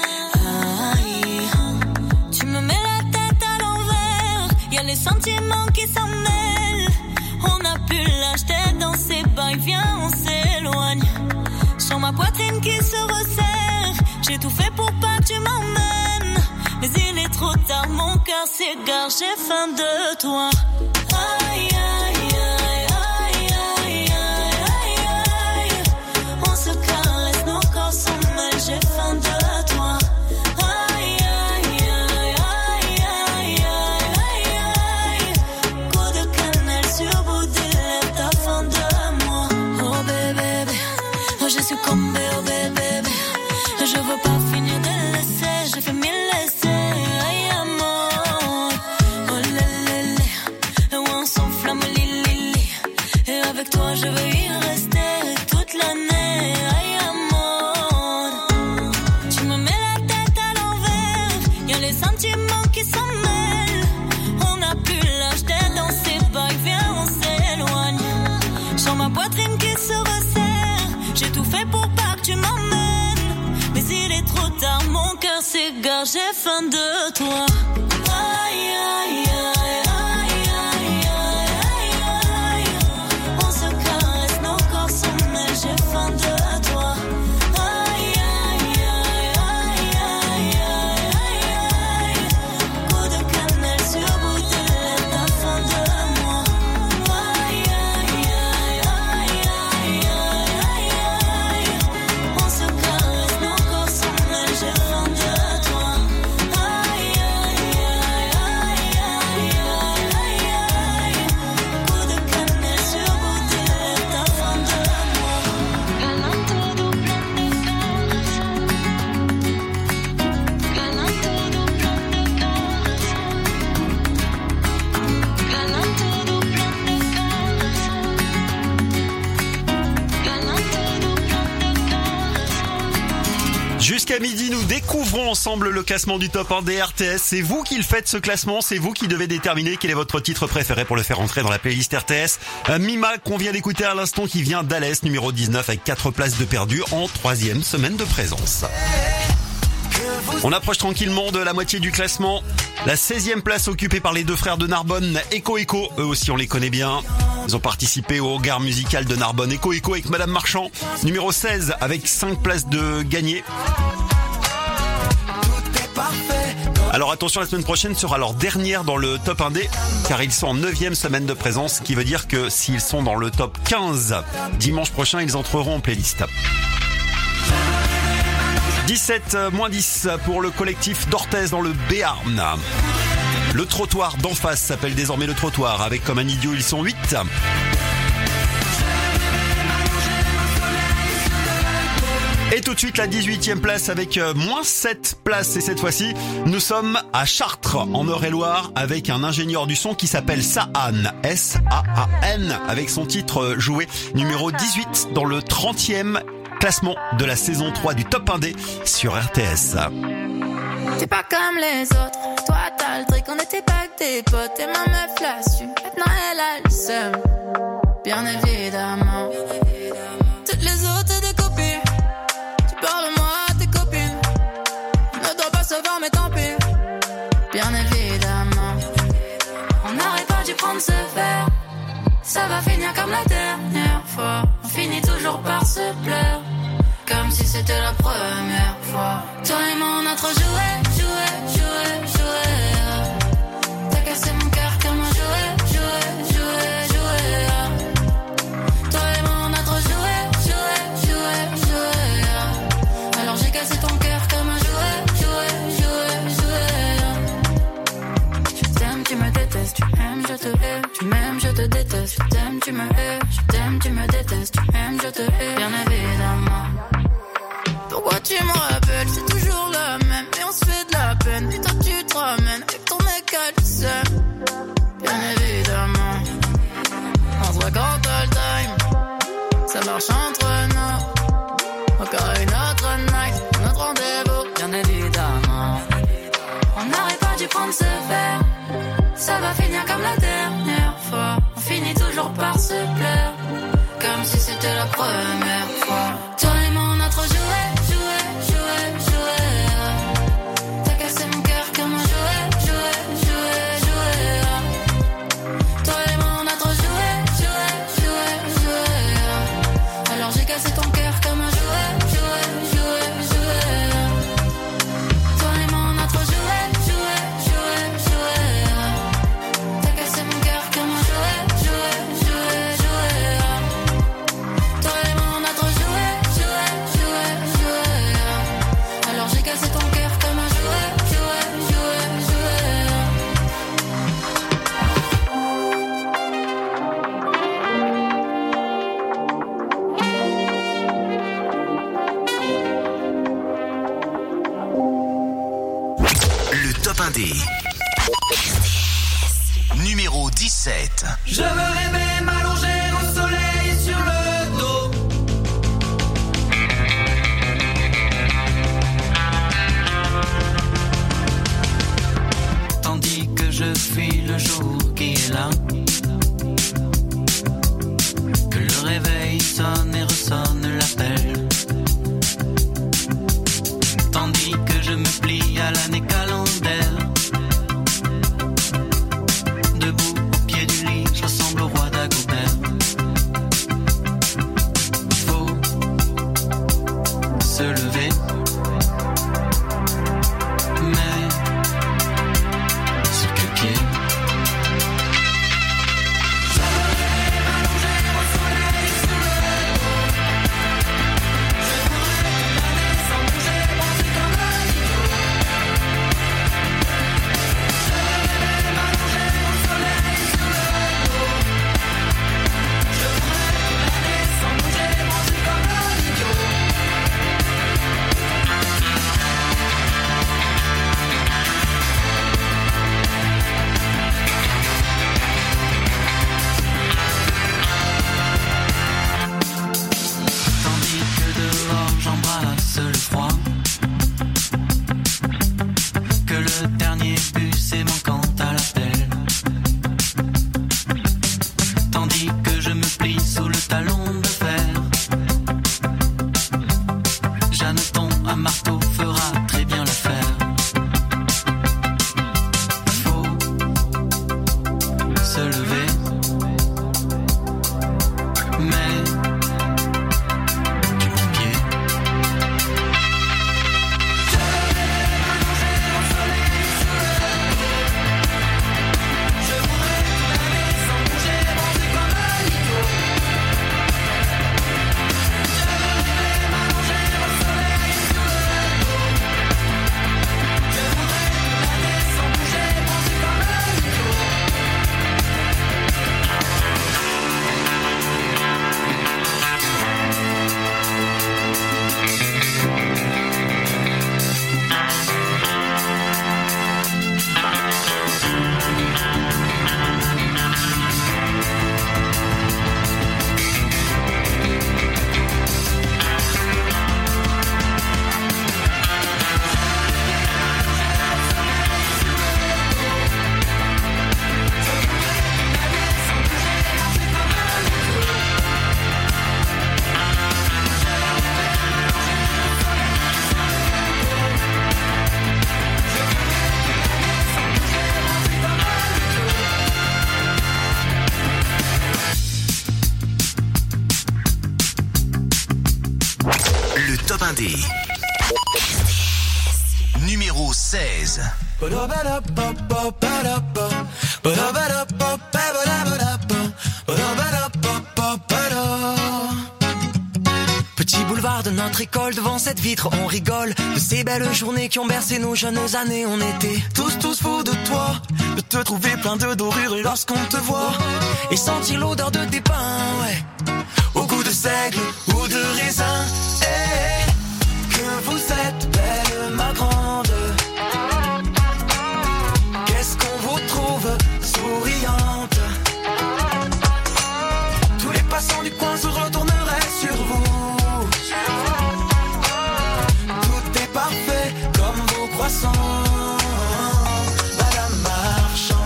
Aïe. Tu me mets la tête à l'envers. Y'a les sentiments qui s'en mêlent. On a pu l'acheter dans ses bails. Viens on s'éloigne. Sur ma poitrine qui se resserre, j'ai tout fait pour pas que tu m'emmènes. Mais il est trop tard, mon cœur s'égare, j'ai faim de toi. Aïe, aïe, aïe, aïe, aïe, aïe, aïe. On se caresse, nos corps sont mêlés, j'ai faim de toi. Aïe, aïe, aïe, aïe, aïe, aïe, aïe. Coup de cannelle sur bout des lèvres, t'as faim de moi. Oh bébé, j'ai succombé, oh bébé. Je veux pas finir de laisser, j'ai fait mille laissés. Aïe, amour. Oh lélé, et on s'enflamme, lili. Et avec toi, je veux y rester toute l'année. Aïe, amour. Tu me mets la tête à l'envers. Y'a les sentiments qui s'en mêlent. On a pu l'acheter dans ses bails. Viens, on s'éloigne. Sur ma poitrine qui se resserre. J'ai tout fait pour pas que tu m'emmènes. Mais il est trop tard, mon cœur s'égare, j'ai faim de toi. Aïe, aïe, aïe, aïe, aïe, aïe, aïe. On se caresse, nos corps sont mêlés, j'ai faim de toi. Aïe, aïe, aïe, aïe, aïe, aïe, aïe. Coup de cannelle sur bout des lèvres, t'as faim de moi. Aïe, aïe, aïe, aïe, aïe, aïe, aïe. Jusqu'à midi, nous découvrons ensemble le classement du top 1 des RTS. C'est vous qui le faites, ce classement. C'est vous qui devez déterminer quel est votre titre préféré pour le faire entrer dans la playlist RTS. Mima, qu'on vient d'écouter à l'instant, qui vient d'Alès, numéro 19, avec 4 places de perdu en 3e semaine de présence. On approche tranquillement de la moitié du classement. La 16e place occupée par les deux frères de Narbonne, Echo Echo. Eux aussi, on les connaît bien. Ils ont participé au regard musical de Narbonne. Echo Echo avec Madame Marchand. Numéro 16 avec 5 places de gagné. Alors attention, la semaine prochaine sera leur dernière dans le top 1D, car ils sont en 9e semaine de présence, ce qui veut dire que s'ils sont dans le top 15 dimanche prochain, ils entreront en playlist. 17 moins 10 pour le collectif d'Orthez dans le Béarn. Le trottoir d'en face s'appelle désormais le trottoir, avec comme un idiot ils sont 8. Et tout de suite la 18e place avec moins 7 places, et cette fois-ci nous sommes à Chartres en Eure-et-Loire avec un ingénieur du son qui s'appelle Saan, S-A-A-N, avec son titre joué numéro 18 dans le 30e classement de la saison 3 du top 1D sur RTS. T'es pas comme les autres, toi t'as le truc, on était pas que des potes, et ma meuf l'a su, maintenant elle a le seum, bien évidemment. Toutes les autres des copines, tu parles de moi à tes copines, on ne doit pas se voir mais tant pis, bien évidemment. On n'aurait pas dû prendre ce verre, ça va finir comme la dernière fois, on finit toujours par se pleurer, comme si c'était la première fois. Toi et moi on a trop joué. T'as cassé mon cœur comme un jouet. Toi et moi on a trop joué. Alors j'ai cassé ton cœur comme un jouet. Je t'aime, tu me détestes, tu aimes, je te hais. Tu m'aimes, je te déteste, je t'aime, tu me hais. Je t'aime, tu me détestes, tu aimes, je te hais. Bien évidemment. Pourquoi tu me rappelles, c'est toujours la même, mais on se fait de la peine. Et toi tu te ramènes avec ton mec à l'UCM. Bien évidemment. On se voit quand t'as le time, ça marche entre nous. Encore une autre night, notre rendez-vous. Bien évidemment. On n'aurait pas dû prendre ce verre, ça va finir comme la dernière fois. On finit toujours par se plaire, comme si c'était la première fois. Toi et moi on a trop joué. T'as cassé mon cœur comme un jouet. Toi et moi on a trop joué. Alors j'ai cassé ton cœur comme un jouet. Toi et moi on a trop joué. T'as cassé mon cœur comme un jouet. Toi et moi on a trop joué. Alors j'ai cassé ton cœur comme un jouet. Le top 1D. Numéro 17. Je me réveille m'allonger au soleil sur le dos. Tandis que je fuis le jour qui est là, que le réveil sonne et ressonne l'appel, tandis que je me plie à l'année calendaire. Debout au pied du lit, je ressemble au roi d'Agobert. Faut se lever, mais sur quel pied? top 1D. Numéro 16. Petit boulevard de notre école, devant cette vitre on rigole de ces belles journées qui ont bercé nos jeunes années. On était tous fous de toi, de te trouver plein de dorures lorsqu'on te voit et sentir l'odeur de tes pains, ouais, au goût de seigle ou de raisin. Hey, que vous êtes belle ma grande, qu'est-ce qu'on vous trouve souriante. Tous les passants du coin se retourneraient sur vous. Tout est parfait comme vos croissants. Madame Marchand.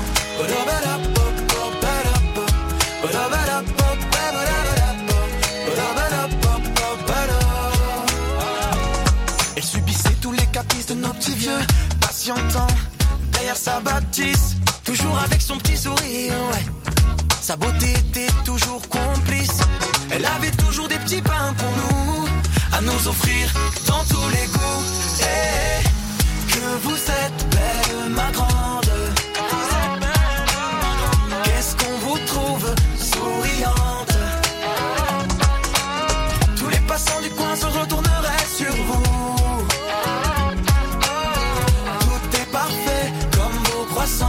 Elle subissait tous les caprices de nos petits vieux, patientant derrière sa bâtisse, toujours avec son petit sourire, ouais. Sa beauté était toujours complice. Elle avait toujours des petits pains pour nous, à nous offrir dans tous les goûts. Et que vous êtes belle ma grande, qu'est-ce qu'on vous trouve souriante. Tous les passants du coin se retourneraient sur vous. Tout est parfait comme vos croissants.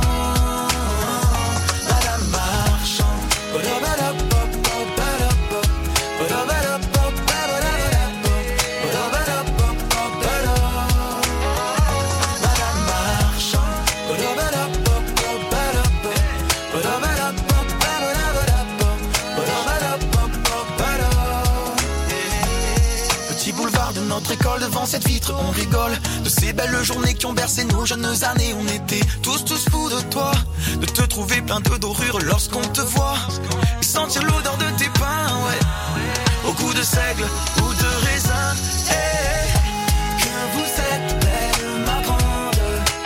Notre école, devant cette vitre on rigole de ces belles journées qui ont bercé nos jeunes années. On était tous fous de toi, de te trouver plein de dorures lorsqu'on te voit et sentir l'odeur de tes pains, ouais, au goût de seigle ou de raisin. Hey, que vous êtes belle ma grande,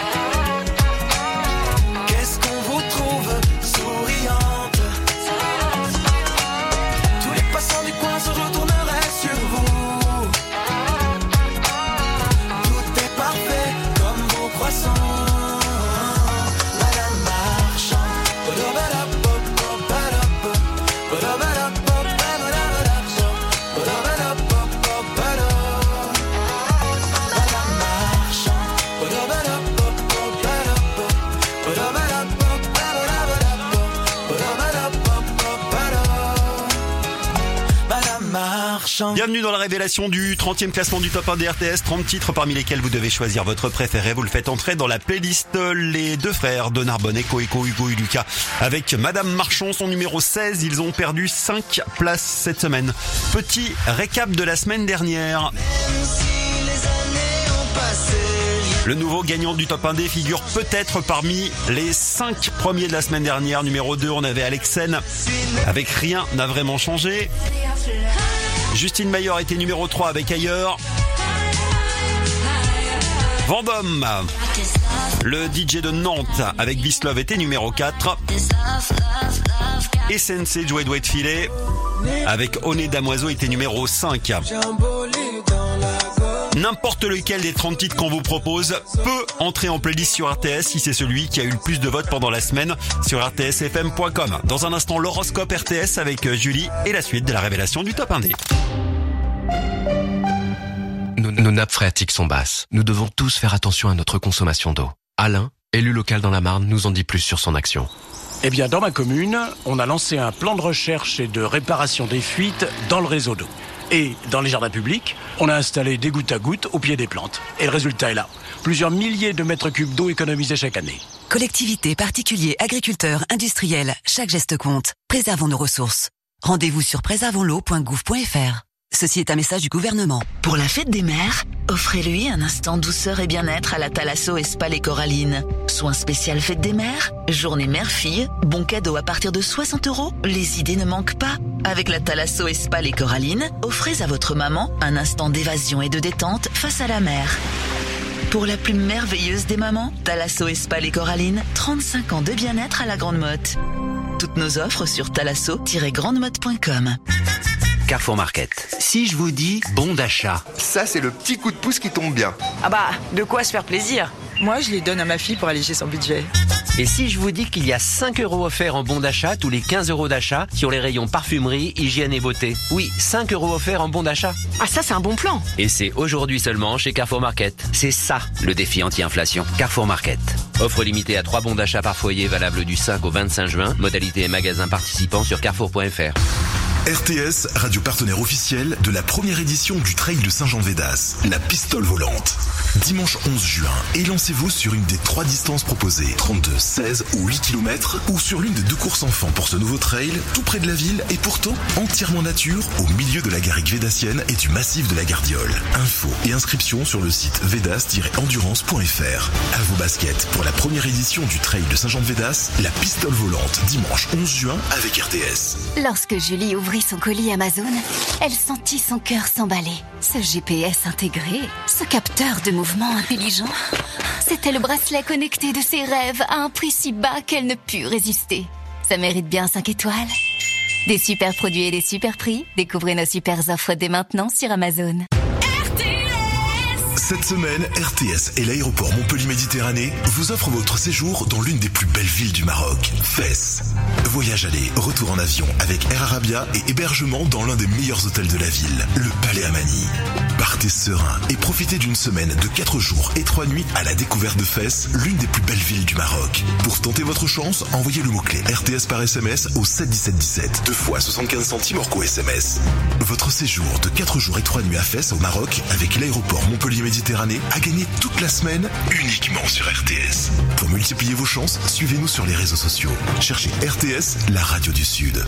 qu'est-ce qu'on vous trouve souriante. Tous les passants du coin se retourneraient sur vous. Madame Marchand. Bienvenue dans la révélation du 30e classement du top 1 des RTS. 30 titres parmi lesquels vous devez choisir votre préféré. Vous le faites entrer dans la playlist Les Deux Frères de Narbonne, Eko, Hugo et Lucas. Avec Madame Marchand, son numéro 16. Ils ont perdu 5 places cette semaine. Petit récap de la semaine dernière. Le nouveau gagnant du top 1D figure peut-être parmi les 5 premiers de la semaine dernière. Numéro 2, on avait Alexen avec Rien n'a vraiment changé. Justine Maillard était numéro 3 avec Ailleurs. Vendôme, le DJ de Nantes avec This Love était numéro 4. Et Sensei Joey Doit Filet avec Oné Damoiseau était numéro 5. N'importe lequel des 30 titres qu'on vous propose peut entrer en playlist sur RTS si c'est celui qui a eu le plus de votes pendant la semaine sur rtsfm.com. Dans un instant, l'horoscope RTS avec Julie et la suite de la révélation du top 1D. Nos nappes phréatiques sont basses. Nous devons tous faire attention à notre consommation d'eau. Alain, élu local dans la Marne, nous en dit plus sur son action. Eh bien, dans ma commune, on a lancé un plan de recherche et de réparation des fuites dans le réseau d'eau. Et dans les jardins publics, on a installé des gouttes à gouttes au pied des plantes. Et le résultat est là. Plusieurs milliers de mètres cubes d'eau économisés chaque année. Collectivités, particuliers, agriculteurs, industriels, chaque geste compte. Préservons nos ressources. Rendez-vous sur préservonsl'eau.gouv.fr. Ceci est un message du gouvernement. Pour la fête des mères, offrez-lui un instant douceur et bien-être à la Thalasso et Spa Les Corallines. Soins spécial fête des mères, journée mère-fille, bon cadeau à partir de 60 €. Les idées ne manquent pas. Avec la Thalasso et Spa Les Corallines, offrez à votre maman un instant d'évasion et de détente face à la mer. Pour la plus merveilleuse des mamans, Thalasso et Spa Les Corallines, 35 ans de bien-être à la Grande Motte. Toutes nos offres sur thalasso-grandemotte.com. Carrefour Market. Si je vous dis bon d'achat. Ça, c'est le petit coup de pouce qui tombe bien. Ah bah, de quoi se faire plaisir. Moi, je les donne à ma fille pour alléger son budget. Et si je vous dis qu'il y a 5 € offerts en bon d'achat tous les 15 € d'achat sur les rayons parfumerie, hygiène et beauté. Oui, 5 € offerts en bon d'achat. Ah ça, c'est un bon plan. Et c'est aujourd'hui seulement chez Carrefour Market. C'est ça, le défi anti-inflation. Carrefour Market. Offre limitée à 3 bons d'achat par foyer valable du 5 au 25 juin. Modalité et magasin participants sur carrefour.fr. RTS, radio partenaire officiel de la première édition du Trail de Saint-Jean-de-Védas, la pistole volante. Dimanche 11 juin, élancez-vous sur une des 3 distances proposées, 32, 16 ou 8 km, ou sur l'une des 2 courses enfants pour ce nouveau trail, tout près de la ville et pourtant entièrement nature, au milieu de la garrigue védassienne et du massif de la Gardiole. Infos et inscriptions sur le site vedas-endurance.fr. À vos baskets pour la première édition du Trail de Saint-Jean-de-Védas, la pistole volante, dimanche 11 juin avec RTS. Lorsque Julie ouvrit son colis Amazon, elle sentit son cœur s'emballer. Ce GPS intégré, ce capteur de mouvement intelligent, c'était le bracelet connecté de ses rêves à un prix si bas qu'elle ne put résister. Ça mérite bien 5 étoiles. Des super produits et des super prix, découvrez nos super offres dès maintenant sur Amazon. Cette semaine, RTS et l'aéroport Montpellier-Méditerranée vous offrent votre séjour dans l'une des plus belles villes du Maroc, Fès. Voyage aller, retour en avion avec Air Arabia et hébergement dans l'un des meilleurs hôtels de la ville, le Palais Amani. Partez serein et profitez d'une semaine de 4 jours et 3 nuits à la découverte de Fès, l'une des plus belles villes du Maroc. Pour tenter votre chance, envoyez le mot-clé RTS par SMS au 71717, 2 fois 75 centimes hors coût SMS. Votre séjour de 4 jours et 3 nuits à Fès au Maroc avec l'aéroport Montpellier-Méditerranée à gagner toute la semaine uniquement sur RTS. Pour multiplier vos chances, suivez-nous sur les réseaux sociaux. Cherchez RTS, la radio du Sud.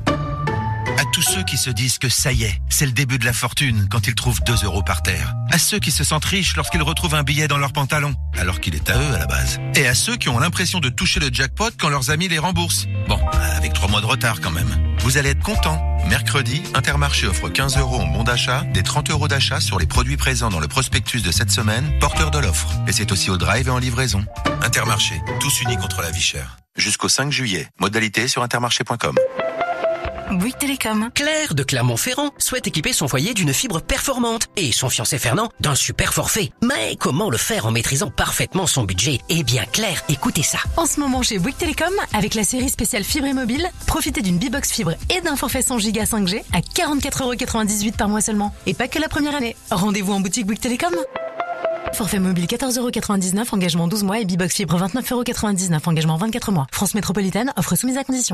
À tous ceux qui se disent que ça y est, c'est le début de la fortune quand ils trouvent 2 € par terre. À ceux qui se sentent riches lorsqu'ils retrouvent un billet dans leur pantalon, alors qu'il est à eux à la base. Et à ceux qui ont l'impression de toucher le jackpot quand leurs amis les remboursent. Bon, avec 3 mois de retard quand même. Vous allez être contents. Mercredi, Intermarché offre 15 € en bon d'achat, des 30 € d'achat sur les produits présents dans le prospectus de cette semaine, porteur de l'offre. Et c'est aussi au drive et en livraison. Intermarché, tous unis contre la vie chère. Jusqu'au 5 juillet. Modalité sur intermarché.com. Bouygues Télécom. Claire de Clermont-Ferrand souhaite équiper son foyer d'une fibre performante et son fiancé Fernand d'un super forfait. Mais comment le faire en maîtrisant parfaitement son budget? Eh bien Claire, écoutez ça. En ce moment chez Bouygues Télécom, avec la série spéciale fibre et mobile, profitez d'une B-Box fibre et d'un forfait 100 Go 5G à 44,98 € par mois seulement. Et pas que la première année. Rendez-vous en boutique Bouygues Télécom. Forfait mobile 14,99 €, engagement 12 mois et B-Box fibre 29,99 €, engagement 24 mois. France Métropolitaine, offre soumise à condition.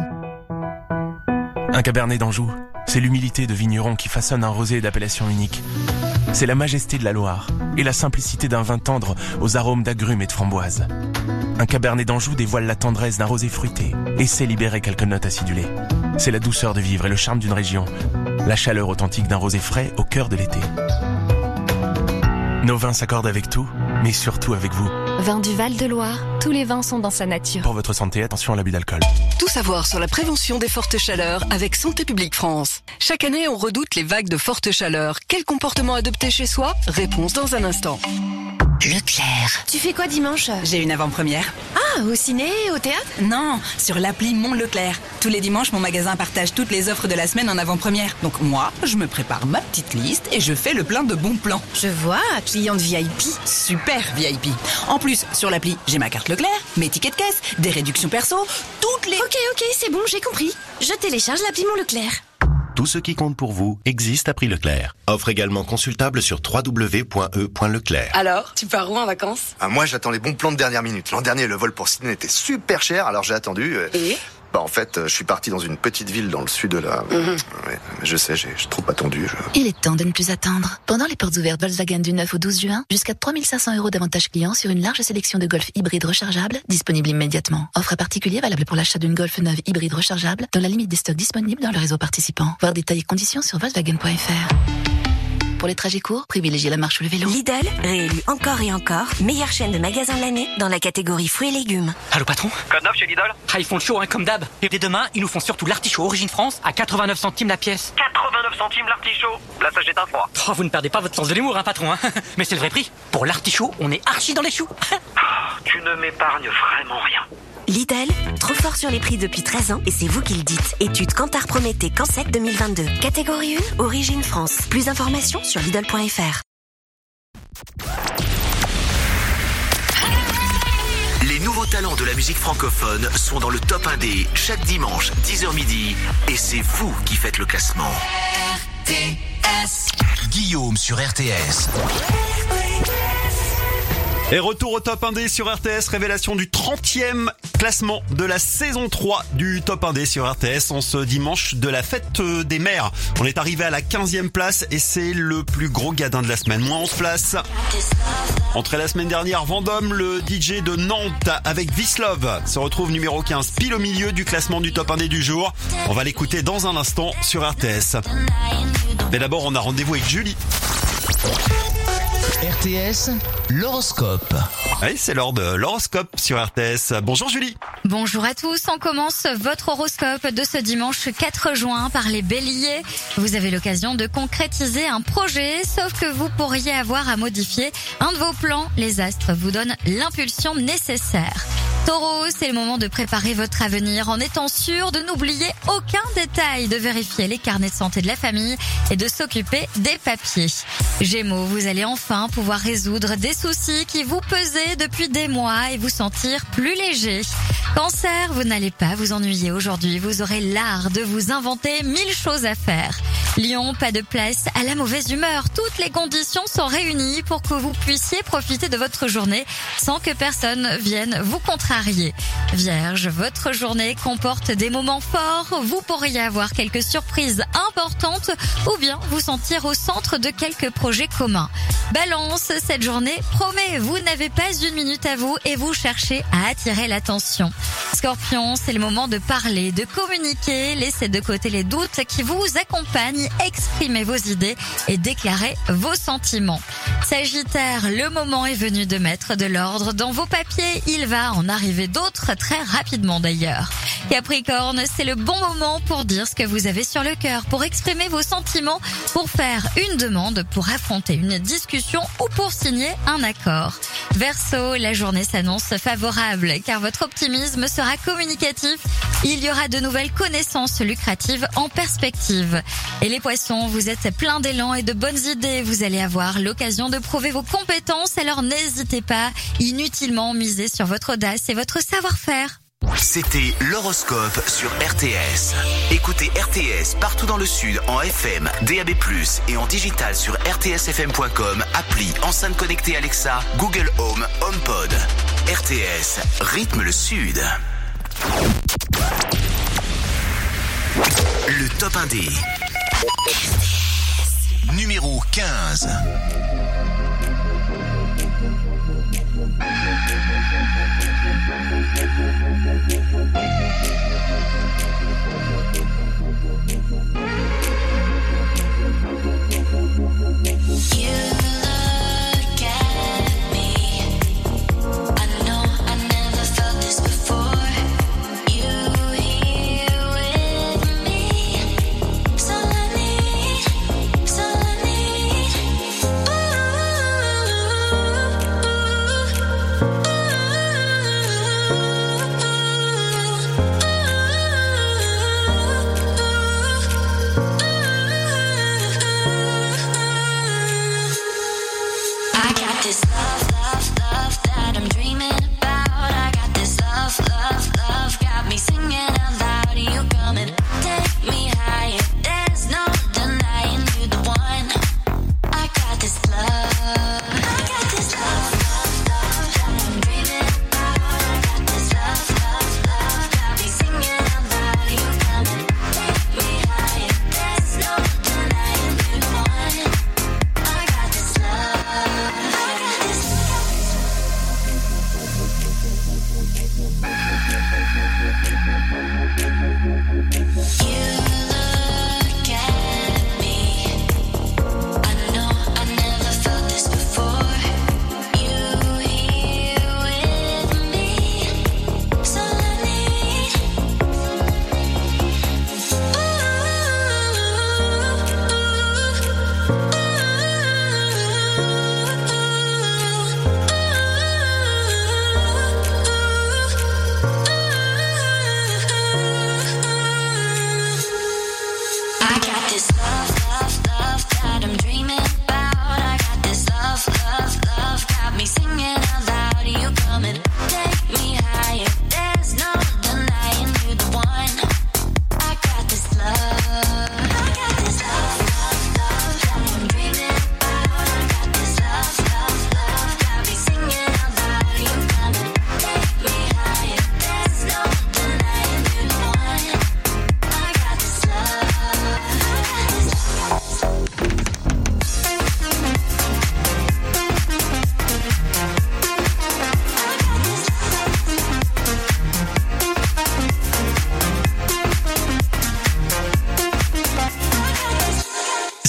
Un cabernet d'Anjou, c'est l'humilité de vignerons qui façonnent un rosé d'appellation unique. C'est la majesté de la Loire et la simplicité d'un vin tendre aux arômes d'agrumes et de framboises. Un cabernet d'Anjou dévoile la tendresse d'un rosé fruité et sait libérer quelques notes acidulées. C'est la douceur de vivre et le charme d'une région, la chaleur authentique d'un rosé frais au cœur de l'été. Nos vins s'accordent avec tout, mais surtout avec vous. Vin du Val-de-Loire, tous les vins sont dans sa nature. Pour votre santé, attention à l'abus d'alcool. Tout savoir sur la prévention des fortes chaleurs avec Santé publique France. Chaque année, on redoute les vagues de forte chaleur. Quel comportement adopter chez soi? Réponse dans un instant. Leclerc. Tu fais quoi dimanche? J'ai une avant-première. Ah, au ciné, au théâtre? Non, sur l'appli Mon Leclerc. Tous les dimanches, mon magasin partage toutes les offres de la semaine en avant-première. Donc moi, je me prépare ma petite liste et je fais le plein de bons plans. Je vois, cliente VIP. Super VIP. En plus, sur l'appli, j'ai ma carte Leclerc, mes tickets de caisse, des réductions perso, toutes les... Ok, c'est bon, j'ai compris. Je télécharge l'appli Mon Leclerc. Tout ce qui compte pour vous existe à prix Leclerc. Offre également consultable sur www.e.leclerc. Alors, tu pars où en vacances? Moi, j'attends les bons plans de dernière minute. L'an dernier, le vol pour Sydney était super cher, alors j'ai attendu. Et en fait, je suis parti dans une petite ville dans le sud de la... Ouais, je sais, j'ai trop attendu. Il est temps de ne plus attendre. Pendant les portes ouvertes Volkswagen du 9 au 12 juin, jusqu'à 3 500 € d'avantages clients sur une large sélection de Golf hybrides rechargeables, disponibles immédiatement. Offre particulière valable pour l'achat d'une Golf neuve hybride rechargeable, dans la limite des stocks disponibles dans le réseau participant. Voir détails et conditions sur Volkswagen.fr. Pour les trajets courts, privilégiez la marche ou le vélo. Lidl, réélu encore et encore, meilleure chaîne de magasins de l'année dans la catégorie fruits et légumes. Allô patron? Code 9 chez Lidl. Ah, ils font le show comme d'hab. Et dès demain, ils nous font surtout l'artichaut Origine France à 89 centimes la pièce. 89 centimes l'artichaut. Là ça jette un froid. Oh, vous ne perdez pas votre sens de l'humour patron Mais c'est le vrai prix. Pour l'artichaut, on est archi dans les choux. Tu ne m'épargnes vraiment rien. Lidl, trop fort sur les prix depuis 13 ans et c'est vous qui le dites. Étude Kantar Prométhée Cansec 2022. Catégorie 1, origine France. Plus d'informations sur Lidl.fr. Les nouveaux talents de la musique francophone sont dans le Top 1D chaque dimanche 10h midi et c'est vous qui faites le classement. RTS. Guillaume sur RTS. Et retour au Top 1D sur RTS, révélation du 30e classement de la saison 3 du Top 1D sur RTS en ce dimanche de la fête des mères. On est arrivé à la 15e place et c'est le plus gros gadin de la semaine. Moins 11 places. Entre la semaine dernière, Vendôme, le DJ de Nantes avec This Love se retrouve numéro 15, pile au milieu du classement du Top 1D du jour. On va l'écouter dans un instant sur RTS. Mais d'abord, on a rendez-vous avec Julie. RTS, l'horoscope. Oui, c'est l'heure de l'horoscope sur RTS. Bonjour Julie. Bonjour à tous, on commence votre horoscope de ce dimanche 4 juin par les béliers. Vous avez l'occasion de concrétiser un projet, sauf que vous pourriez avoir à modifier un de vos plans. Les astres vous donnent l'impulsion nécessaire. Taureau, c'est le moment de préparer votre avenir en étant sûr de n'oublier aucun détail, de vérifier les carnets de santé de la famille et de s'occuper des papiers. Gémeaux, vous allez enfin pouvoir résoudre des soucis qui vous pesaient depuis des mois et vous sentir plus léger. Cancer, vous n'allez pas vous ennuyer aujourd'hui, vous aurez l'art de vous inventer 1000 choses à faire. Lion, pas de place à la mauvaise humeur. Toutes les conditions sont réunies pour que vous puissiez profiter de votre journée sans que personne vienne vous contrarier. Vierge, votre journée comporte des moments forts. Vous pourriez avoir quelques surprises importantes ou bien vous sentir au centre de quelques projets communs. Balance, cette journée promet, vous n'avez pas une minute à vous et vous cherchez à attirer l'attention. Scorpion, c'est le moment de parler, de communiquer, laissez de côté les doutes qui vous accompagnent, exprimez vos idées et déclarez vos sentiments. Sagittaire, le moment est venu de mettre de l'ordre dans vos papiers, il va en arriver d'autres très rapidement d'ailleurs. Capricorne, c'est le bon moment pour dire ce que vous avez sur le cœur, pour exprimer vos sentiments, pour faire une demande, pour affronter une discussion ou pour signer un accord. Verseau, la journée s'annonce favorable car votre optimisme sera communicatif. Il y aura de nouvelles connaissances lucratives en perspective. Et les poissons, vous êtes plein d'élan et de bonnes idées. Vous allez avoir l'occasion de prouver vos compétences, alors n'hésitez pas, inutilement miser sur votre audace et votre savoir-faire. C'était l'horoscope sur RTS. Écoutez RTS partout dans le sud en FM, DAB+, et en digital sur rtsfm.com, appli, enceinte connectée Alexa, Google Home, HomePod. RTS, rythme le sud. Le Top 1D. Numéro 15.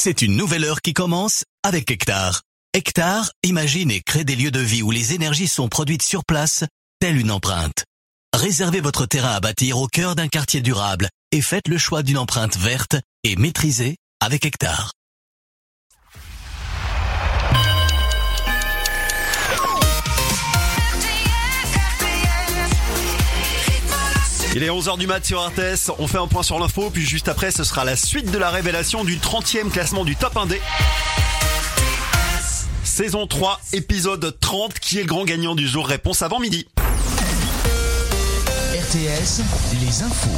C'est une nouvelle heure qui commence avec Hectare. Hectare imagine et crée des lieux de vie où les énergies sont produites sur place, telle une empreinte. Réservez votre terrain à bâtir au cœur d'un quartier durable et faites le choix d'une empreinte verte et maîtrisée avec Hectare. Il est 11h du mat sur RTS, on fait un point sur l'info, puis juste après ce sera la suite de la révélation du 30e classement du Top 1D. Saison 3, épisode 30, qui est le grand gagnant du jour? Réponse avant midi. RTS, les infos.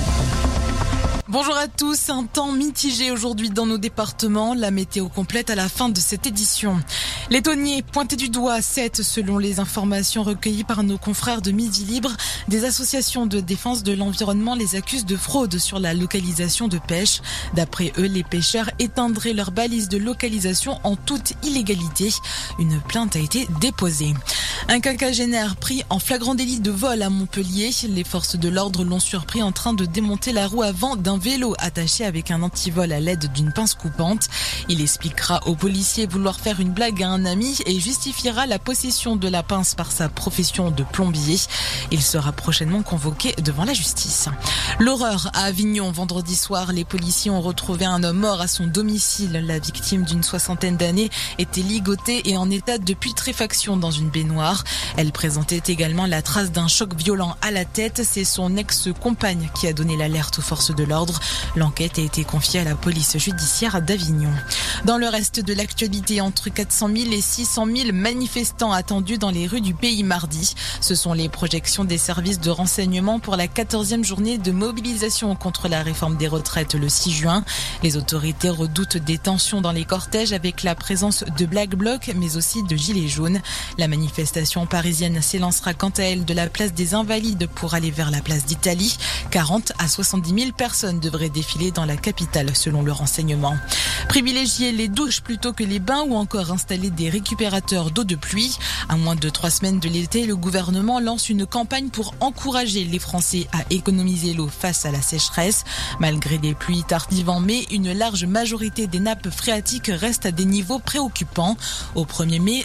Bonjour à tous, un temps mitigé aujourd'hui dans nos départements, la météo complète à la fin de cette édition. Les tonniers pointés du doigt, 7 selon les informations recueillies par nos confrères de Midi Libre. Des associations de défense de l'environnement les accusent de fraude sur la localisation de pêche. D'après eux, les pêcheurs éteindraient leurs balises de localisation en toute illégalité. Une plainte a été déposée. Un quinquagénaire pris en flagrant délit de vol à Montpellier. Les forces de l'ordre l'ont surpris en train de démonter la roue avant d'un vélo attaché avec un antivol à l'aide d'une pince coupante. Il expliquera aux policiers vouloir faire une blague à un ami et justifiera la possession de la pince par sa profession de plombier. Il sera prochainement convoqué devant la justice. L'horreur à Avignon. Vendredi soir, les policiers ont retrouvé un homme mort à son domicile. La victime d'une 60aine d'années était ligotée et en état de putréfaction dans une baignoire. Elle présentait également la trace d'un choc violent à la tête. C'est son ex-compagne qui a donné l'alerte aux forces de l'ordre. L'enquête a été confiée à la police judiciaire d'Avignon. Dans le reste de l'actualité, entre 400 000 et 600 000 manifestants attendus dans les rues du pays mardi. Ce sont les projections des services de renseignement pour la 14e journée de mobilisation contre la réforme des retraites le 6 juin. Les autorités redoutent des tensions dans les cortèges avec la présence de Black Bloc, mais aussi de Gilets jaunes. La manifestation parisienne s'élancera quant à elle de la place des Invalides pour aller vers la place d'Italie. 40 à 70 000 personnes devraient défiler dans la capitale selon le renseignement. Privilégier les douches plutôt que les bains ou encore installer des récupérateurs d'eau de pluie. À moins de 3 semaines de l'été, le gouvernement lance une campagne pour encourager les Français à économiser l'eau face à la sécheresse. Malgré des pluies tardives en mai, une large majorité des nappes phréatiques restent à des niveaux préoccupants. Au 1er mai,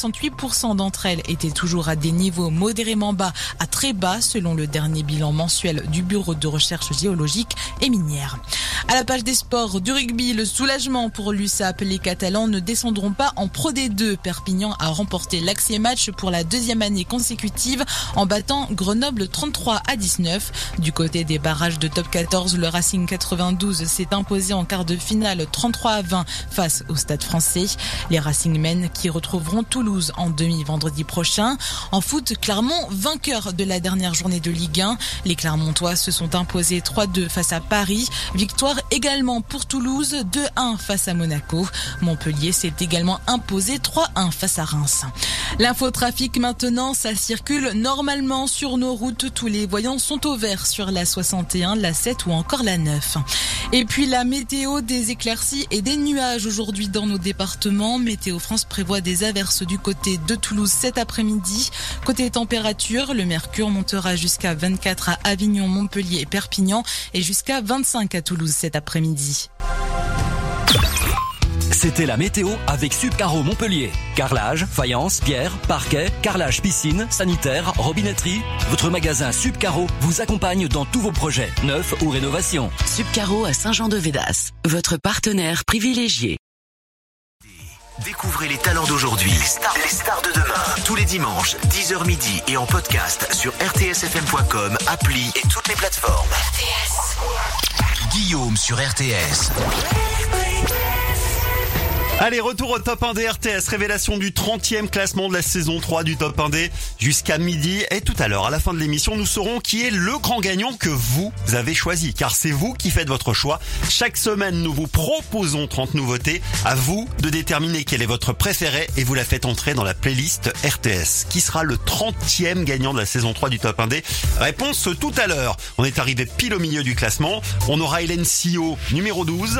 68% d'entre elles étaient toujours à des niveaux modérément bas à très bas selon le dernier bilan mensuel du Bureau de recherche géologique et minière. À la page des sports, du rugby, le soulagement pour l'USAP. Les Catalans ne descendront pas en Pro D2. Perpignan a remporté l'accès match pour la 2e année consécutive en battant Grenoble 33-19. Du côté des barrages de top 14, le Racing 92 s'est imposé en quart de finale 33-20 face au Stade Français. Les Racingmen qui retrouveront Toulouse en demi vendredi prochain. En foot, Clermont, vainqueur de la dernière journée de Ligue 1. Les Clermontois se sont imposés 3-2 face à Paris. Victoire également pour Toulouse, 2-1 face à Monaco. Montpellier s'est également imposé 3-1 face à Reims. L'infotrafic maintenant, ça circule normalement sur nos routes. Tous les voyants sont au vert sur la 61, la 7 ou encore la 9. Et puis la météo, des éclaircies et des nuages aujourd'hui dans nos départements. Météo France prévoit des averses du côté de Toulouse cet après-midi. Côté température, le mercure montera jusqu'à 24 à Avignon, Montpellier et Perpignan et jusqu'à 25 à Toulouse cet après-midi. C'était la météo avec Subcaro Montpellier. Carrelage, faïence, pierre, parquet, carrelage piscine, sanitaire, robinetterie. Votre magasin Subcaro vous accompagne dans tous vos projets, neufs ou rénovations. Subcaro à Saint-Jean-de-Védas, votre partenaire privilégié. Découvrez les talents d'aujourd'hui, les stars de demain. Tous les dimanches, 10h midi et en podcast sur rtsfm.com, appli et toutes les plateformes. RTS. Guillaume sur RTS. Allez, retour au Top 1D RTS, révélation du 30e classement de la saison 3 du Top 1D jusqu'à midi. Et tout à l'heure, à la fin de l'émission, nous saurons qui est le grand gagnant que vous avez choisi. Car c'est vous qui faites votre choix. Chaque semaine, nous vous proposons 30 nouveautés. À vous de déterminer quel est votre préféré et vous la faites entrer dans la playlist RTS. Qui sera le 30e gagnant de la saison 3 du Top 1D? Réponse tout à l'heure. On est arrivé pile au milieu du classement. On aura Hélène Sio, numéro 12.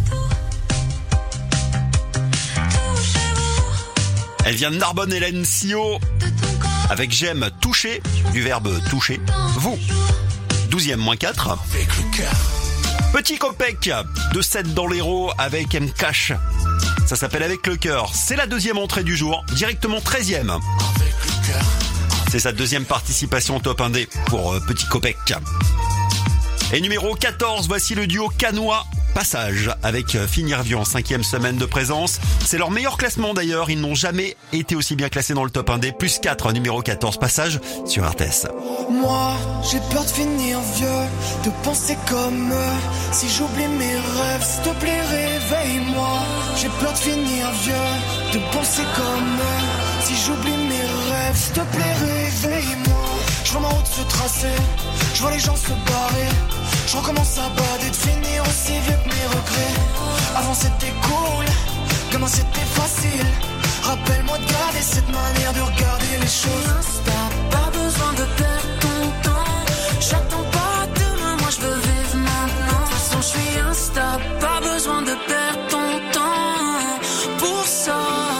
Elle vient de Narbonne, Hélène Sio, avec J'aime toucher, du verbe toucher. Vous, 12e moins 4. Avec le cœur. Petit Copec de 7 dans l'Hérault avec M-Cash. Ça s'appelle Avec le cœur. C'est la deuxième entrée du jour, directement 13e. C'est sa deuxième participation au Top 1D pour Petit Copec. Et numéro 14, voici le duo Canois Passage avec Finir Vieux en 5e semaine de présence. C'est leur meilleur classement d'ailleurs, ils n'ont jamais été aussi bien classés dans le Top 1D. Plus 4, numéro 14, Passage sur RTS. Moi, j'ai peur de finir vieux, de penser comme eux. Si j'oublie mes rêves, s'il te plaît réveille-moi. J'ai peur de finir vieux, de penser comme eux. Si j'oublie mes rêves, s'il te plaît réveille-moi. Je vois ma route se tracer, je vois les gens se barrer. Je recommence à bader, de finir aussi vieux que mes regrets. Avant c'était cool, gamin c'était facile. Rappelle-moi de garder cette manière de regarder les choses. T'as pas besoin de perdre ton temps. J'attends pas demain, moi je veux vivre maintenant. De toute façon je suis instable, pas besoin de perdre ton temps. Pour ça,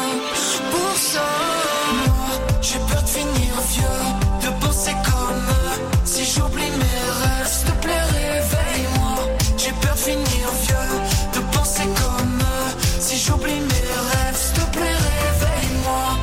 moi j'ai peur de finir vieux, de penser comme eux. Si j'oublie mes rêves, s'il te plaît réveille-moi. J'ai peur de finir vieux, de penser comme eux. Si j'oublie mes rêves, s'il te plaît réveille-moi.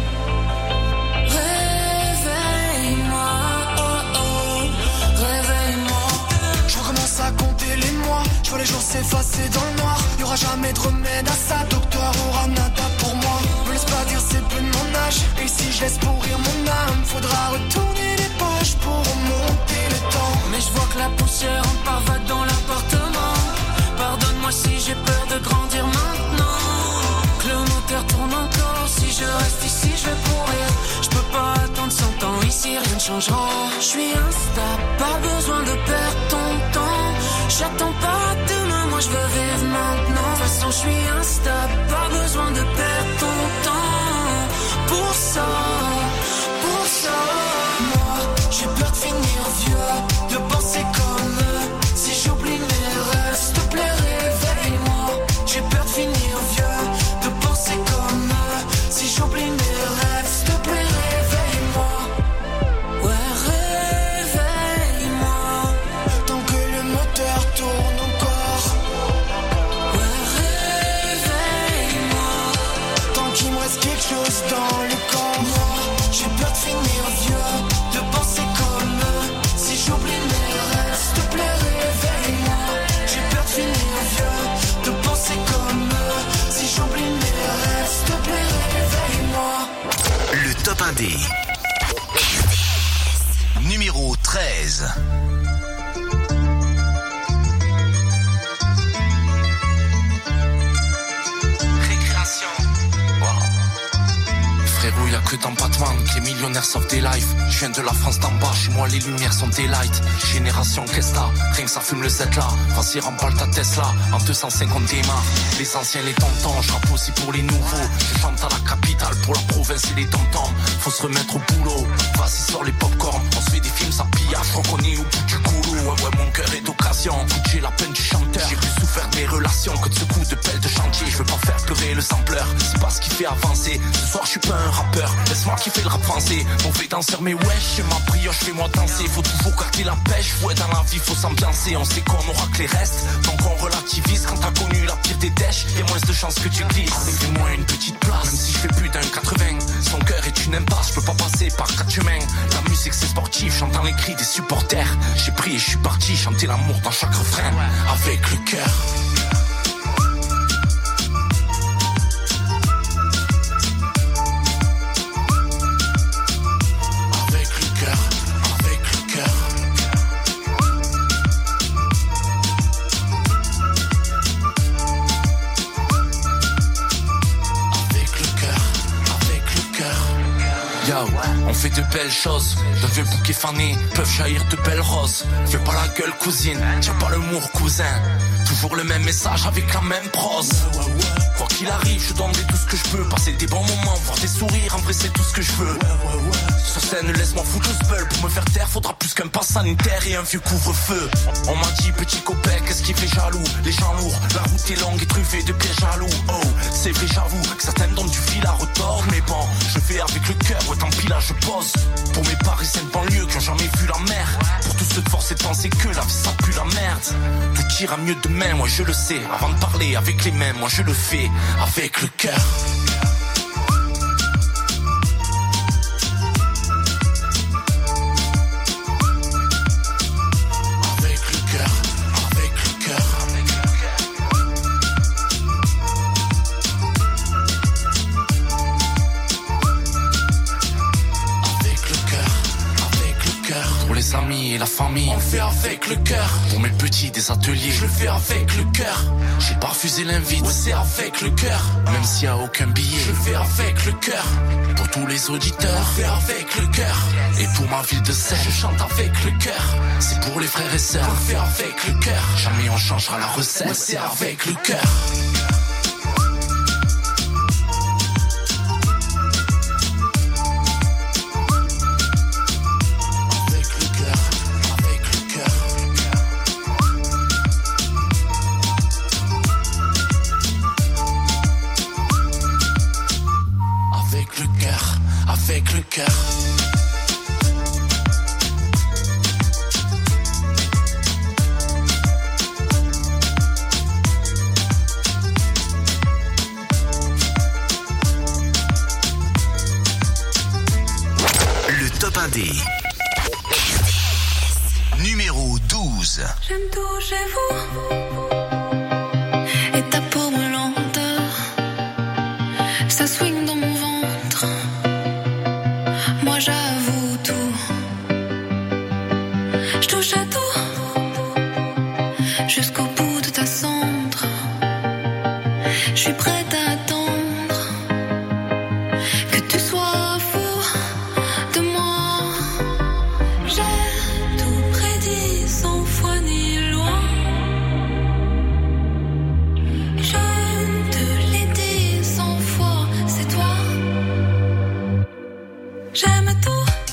Réveille-moi, oh oh, réveille-moi. Je recommence à compter les mois, je vois les jours s'effacer dans le noir. Y'aura jamais de remède à ça, docteur aura nada pour moi. Me laisse pas dire c'est plus de mon âge, et si je laisse pourrir mon âme, faudra retourner les pages pour remonter le temps. mais je vois que la poussière en part vague dans l'appartement. Pardonne-moi si j'ai peur de grandir maintenant. Que le moteur tourne encore, si je reste ici je vais pourrir. Je peux pas attendre 100 ans, ici rien ne changera. Je suis instable, pas besoin de perdre ton temps. J'attends pas demain, moi je veux vivre maintenant. De toute façon je suis instable, pas besoin de perdre ton temps. Pour ça, moi j'ai peur de finir vieux, de penser comme eux. Si j'oublie mes rêves, s'il te plaît réveille-moi. J'ai peur de finir vieux, de penser comme eux. Si j'oublie mes rêves, s'il te plaît réveille-moi. ouais réveille-moi. Tant que le moteur tourne encore. Ouais réveille-moi. Tant qu'il me reste quelque chose dans le corps. Moi j'ai peur de finir vieux, de penser comme eux. Si j'oublie mes rêves, s'il te plaît réveille-moi. J'ai peur de finir vieux, de penser comme eux. Si j'oublie mes rêves, s'il te plaît réveille-moi. Le Top 1D. Numéro 13. Récréation. Frérot, y'a que dans Batman que les millionnaires sauvent des lives. Je viens de la France d'en bas, chez moi les lumières sont des lights. Génération Kesta, rien que ça fume le Z là. Vas-y remballe ta Tesla, en 250 démarres. Les anciens, les tontons, je rappe aussi pour les nouveaux. Je chante à la capitale, pour la province et les tontons. Faut se remettre au boulot, vas-y sors les popcorn. On se fait des films, ça pillage, je crois qu'on est au bout du couloir. Ouais, mon cœur est d'occasion, j'ai la peine du chanteur. J'ai plus souffert de mes relations que de ce coup de pelle de chantier. Je veux pas faire pleurer le sampleur, c'est pas ce qui fait avancer. Ce soir je suis pas un rappeur, laisse-moi kiffer le rap français. Mauvais danseur mais wesh, j'ai ma brioche, fais-moi danser. Faut toujours garder la pêche, ouais dans la vie faut s'ambiancer. On sait qu'on aura que les restes, donc on relativise. Quand t'as connu la pire des dèches, y'a moins de chances que tu glisses. Fais-moi une petite place, même si je fais plus d'un 80. Son cœur est une impasse, je peux pas passer par 4 chemins. La musique c'est sportif, j'entends les cris des supporters. J'ai pris et je suis parti chanter l'amour dans chaque refrain. Avec le cœur. On fait de belles choses, de vieux bouquets fanés peuvent jaillir de belles roses. Fais pas la gueule cousine, tiens pas le mur cousin. Toujours le même message avec la même prose. Quoi qu'il arrive, je donnerai tout ce que je peux. Passer des bons moments, voir des sourires, en vrai c'est tout ce que je veux. Sur scène, laisse-moi foutre le spell. Pour me faire taire, faudra plus qu'un pass sanitaire et un vieux couvre-feu. On m'a dit petit copain, qu'est-ce qui fait jaloux? Les gens lourds, la route est longue et truffée de pièges jaloux. Oh, c'est vrai j'avoue que certaines donnent du fil à retordre. Mais bon, je fais avec le cœur, ouais tant pis là je pose. Pour mes parisiennes banlieues qui ont jamais vu la mer. Pour tous se forcer de penser que la vie ça pue la merde. Tout ira mieux demain, moi je le sais. Avant de parler avec les mains, moi je le fais avec le cœur. Et la famille, on le fait avec le cœur. Pour mes petits des ateliers, je le fais avec le cœur. J'ai pas refusé l'invite, ouais, c'est avec le cœur. Même s'il y a aucun billet, je le fais avec le cœur. Pour tous les auditeurs, on le fait avec le cœur. Et pour ma ville de Seine, je chante avec le cœur. C'est pour les frères et sœurs, on le fait avec le cœur. Jamais on changera la recette, ouais, c'est avec le cœur. Avec le cœur. Le top 1D. Numéro 12. J'aime tout chez vous. Et ta peau brûlante. Ça swing dans mon ventre. Moi j'avoue tout. Je touche à tout. Jusqu'au bout de ta cendre. Je suis prête à attendre que tu sois fou de moi. J'ai tout prédit sans foi ni loi. Je te l'ai dit 100 fois, c'est toi. J'aime tout.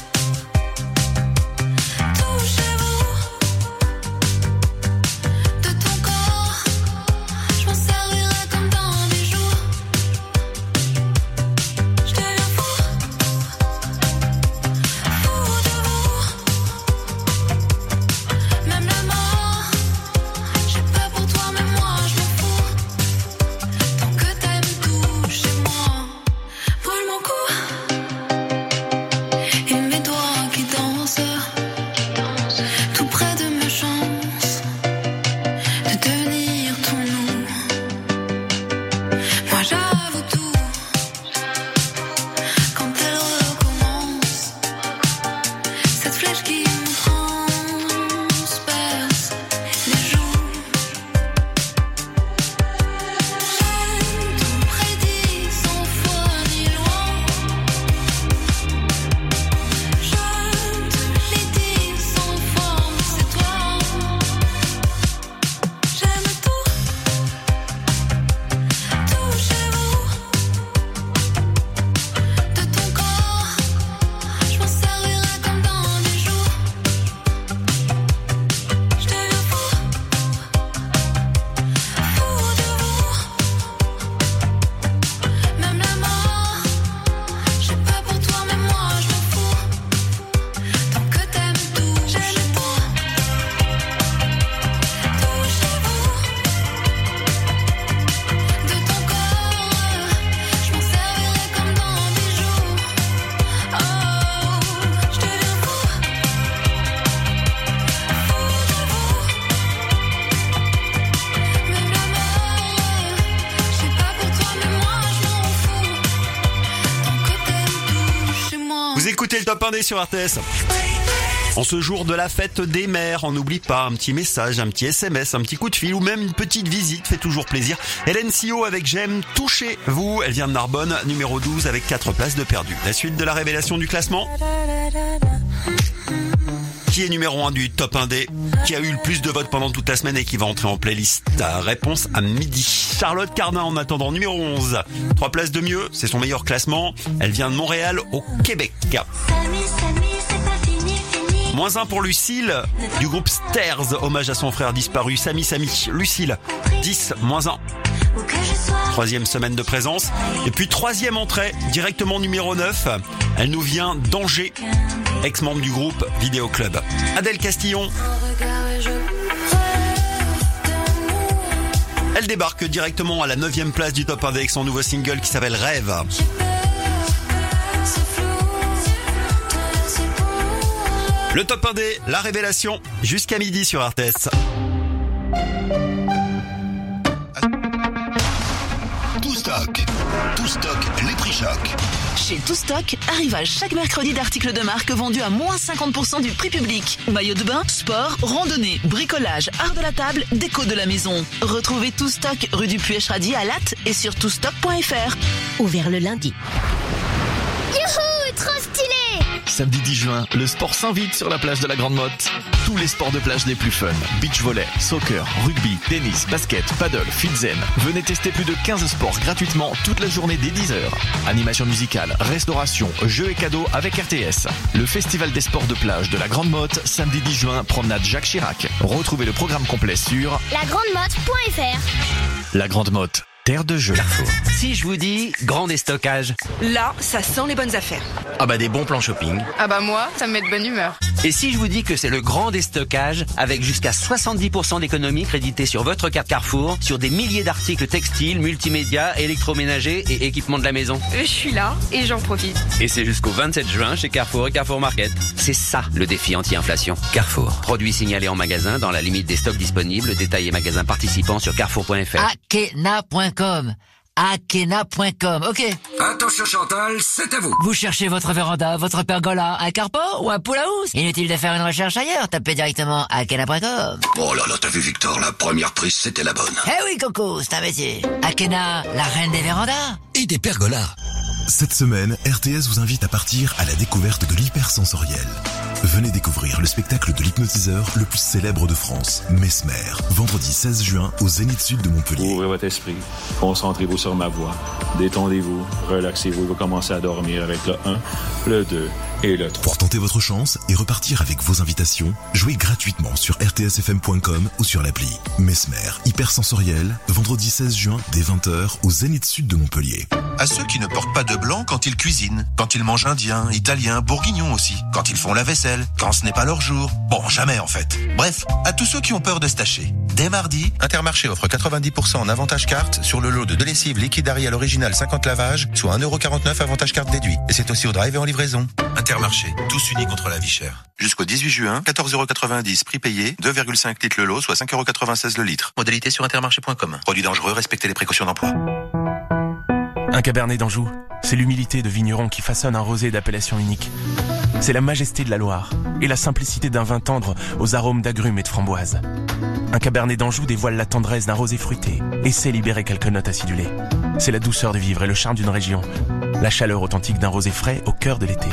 Vous écoutez le top 1D sur RTS. En ce jour de la fête des mères, on n'oublie pas un petit message, un petit SMS, un petit coup de fil ou même une petite visite, fait toujours plaisir. Hélène Sio avec J'aime toucher vous, elle vient de Narbonne, numéro 12 avec 4 places de perdu. La suite de la révélation du classement. Qui est numéro 1 du top 1D, qui a eu le plus de votes pendant toute la semaine et qui va entrer en playlist? Réponse à midi. Charlotte Cardin en attendant, numéro 11. 3 places de mieux, c'est son meilleur classement. Elle vient de Montréal au Québec. Moins 1 pour Lucille, du groupe Stairs, hommage à son frère disparu, Samy. Lucille, 10, moins 1. 3e semaine de présence. Et puis 3e entrée, directement numéro 9. Elle nous vient d'Angers, ex-membre du groupe Vidéo Club. Adèle Castillon. Elle débarque directement à la 9e place du top 1 avec son nouveau single qui s'appelle Rêve. Le top 1D, la révélation, jusqu'à midi sur RTS. Tout stock, les prix choc. Chez Tout Stock, arrivage chaque mercredi d'articles de marque vendus à moins 50% du prix public. Maillot de bain, sport, randonnée, bricolage, art de la table, déco de la maison. Retrouvez Tout Stock rue du Puech-Radi à Latte et sur toutstock.fr. Ouvert le lundi. Youhou, trop stylé! Samedi 10 juin, le sport s'invite sur la plage de la Grande Motte. Tous les sports de plage les plus fun. Beach volley, soccer, rugby, tennis, basket, paddle, fit-zen. Venez tester plus de 15 sports gratuitement toute la journée dès 10h. Animation musicale, restauration, jeux et cadeaux avec RTS. Le festival des sports de plage de la Grande Motte, samedi 10 juin, promenade Jacques Chirac. Retrouvez le programme complet sur lagrandmotte.fr. La Grande Motte. Terre de jeu. Carrefour. Si je vous dis grand déstockage. Là, ça sent les bonnes affaires. Ah bah des bons plans shopping. Ah bah moi, ça me met de bonne humeur. Et si je vous dis que c'est le grand déstockage avec jusqu'à 70% d'économie créditée sur votre carte Carrefour sur des milliers d'articles textiles, multimédia, électroménagers et équipements de la maison. Je suis là et j'en profite. Et c'est jusqu'au 27 juin chez Carrefour et Carrefour Market. C'est ça le défi anti-inflation. Carrefour. Produits signalés en magasin dans la limite des stocks disponibles. Détails et magasins participants sur carrefour.fr. Akena.com, ok. Attention Chantal, c'est à vous. Vous cherchez votre véranda, votre pergola, un carport ou un pool house? Inutile de faire une recherche ailleurs, tapez directement Akena.com. Oh là là, t'as vu Victor, la première prise c'était la bonne. Eh oui Coco, c'est un métier. Akena, la reine des vérandas. Et des pergolas. Cette semaine, RTS vous invite à partir à la découverte de l'hypersensoriel. Venez découvrir le spectacle de l'hypnotiseur le plus célèbre de France, Mesmer, vendredi 16 juin au Zénith Sud de Montpellier. Ouvrez votre esprit, concentrez-vous sur ma voix, détendez-vous, relaxez-vous, vous commencez à dormir avec le 1, le 2 et le 3. Pour tenter votre chance et repartir avec vos invitations, jouez gratuitement sur rtsfm.com ou sur l'appli. Mesmer, hypersensoriel, vendredi 16 juin dès 20h au Zénith Sud de Montpellier. À ceux qui ne portent pas de blanc quand ils cuisinent, quand ils mangent indien, italien, bourguignon aussi, quand ils font la vaisselle, quand ce n'est pas leur jour. Bon, jamais en fait. Bref, à tous ceux qui ont peur de se tacher. Dès mardi, Intermarché offre 90% en avantage carte sur le lot de 2 lessives Liquid Ariel original 50 lavages, soit 1,49€ avantage carte déduit. Et c'est aussi au drive et en livraison. Intermarché, tous unis contre la vie chère. Jusqu'au 18 juin, 14,90€ prix payé, 2,5 litres le lot, soit 5,96€ le litre. Modalité sur intermarché.com. Produit dangereux, respectez les précautions d'emploi. Un cabernet d'Anjou, c'est l'humilité de vigneron qui façonne un rosé d'appellation unique. C'est la majesté de la Loire et la simplicité d'un vin tendre aux arômes d'agrumes et de framboises. Un cabernet d'Anjou dévoile la tendresse d'un rosé fruité et sait libérer quelques notes acidulées. C'est la douceur de vivre et le charme d'une région, la chaleur authentique d'un rosé frais au cœur de l'été.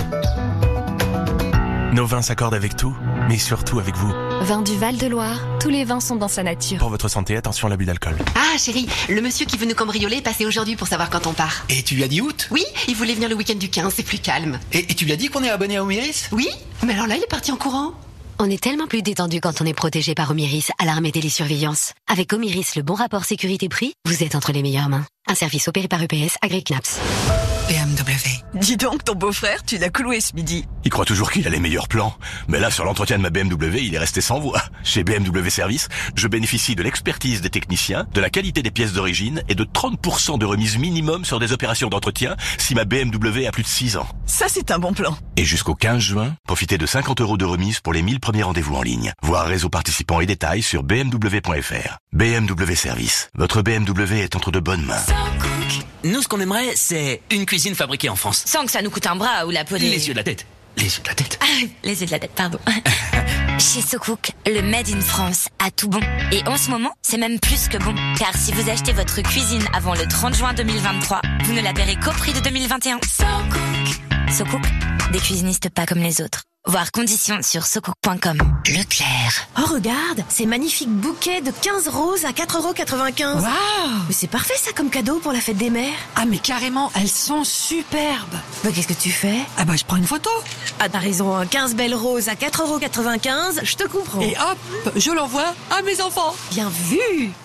Nos vins s'accordent avec tout, mais surtout avec vous. Vin du Val-de-Loire, tous les vins sont dans sa nature. Pour votre santé, attention à l'abus d'alcool. Ah chérie, le monsieur qui veut nous cambrioler est passé aujourd'hui pour savoir quand on part. Et tu lui as dit août? Oui, il voulait venir le week-end du 15, c'est plus calme. Et tu lui as dit qu'on est abonné à Omiris? Oui, mais alors là il est parti en courant. On est tellement plus détendu quand on est protégé par Omiris, alarme et télésurveillance. Avec Omiris, le bon rapport sécurité-prix, vous êtes entre les meilleures mains. Un service opéré par EPS, AgriCnaps. BMW. Dis donc, ton beau-frère, tu l'as cloué ce midi. Il croit toujours qu'il a les meilleurs plans. Mais là, sur l'entretien de ma BMW, il est resté sans voix. Chez BMW Service, je bénéficie de l'expertise des techniciens, de la qualité des pièces d'origine et de 30% de remise minimum sur des opérations d'entretien si ma BMW a plus de 6 ans. Ça, c'est un bon plan. Et jusqu'au 15 juin, profitez de 50€ de remise pour les 1000 premiers rendez-vous en ligne. Voir réseau participant et détails sur bmw.fr. BMW Service. Votre BMW est entre de bonnes mains. Nous, ce qu'on aimerait, c'est une cuisine fabriquée en France. Sans que ça nous coûte un bras ou la peau des... Les yeux de la tête. Les yeux de la tête. Ah, les yeux de la tête, pardon. Chez SoCook, le Made in France a tout bon. Et en ce moment, c'est même plus que bon. Car si vous achetez votre cuisine avant le 30 juin 2023, vous ne la paierez qu'au prix de 2021. SoCook, des cuisinistes pas comme les autres. Voir conditions sur socook.com. Leclerc. Oh regarde, ces magnifiques bouquets de 15 roses à 4,95€. Waouh! Mais c'est parfait ça comme cadeau pour la fête des mères. Ah mais carrément, elles sont superbes. Bah qu'est-ce que tu fais? Ah bah je prends une photo. Ah t'as raison, hein, 15 belles roses à 4,95€, je te comprends. Et hop, je l'envoie à mes enfants. Bien vu!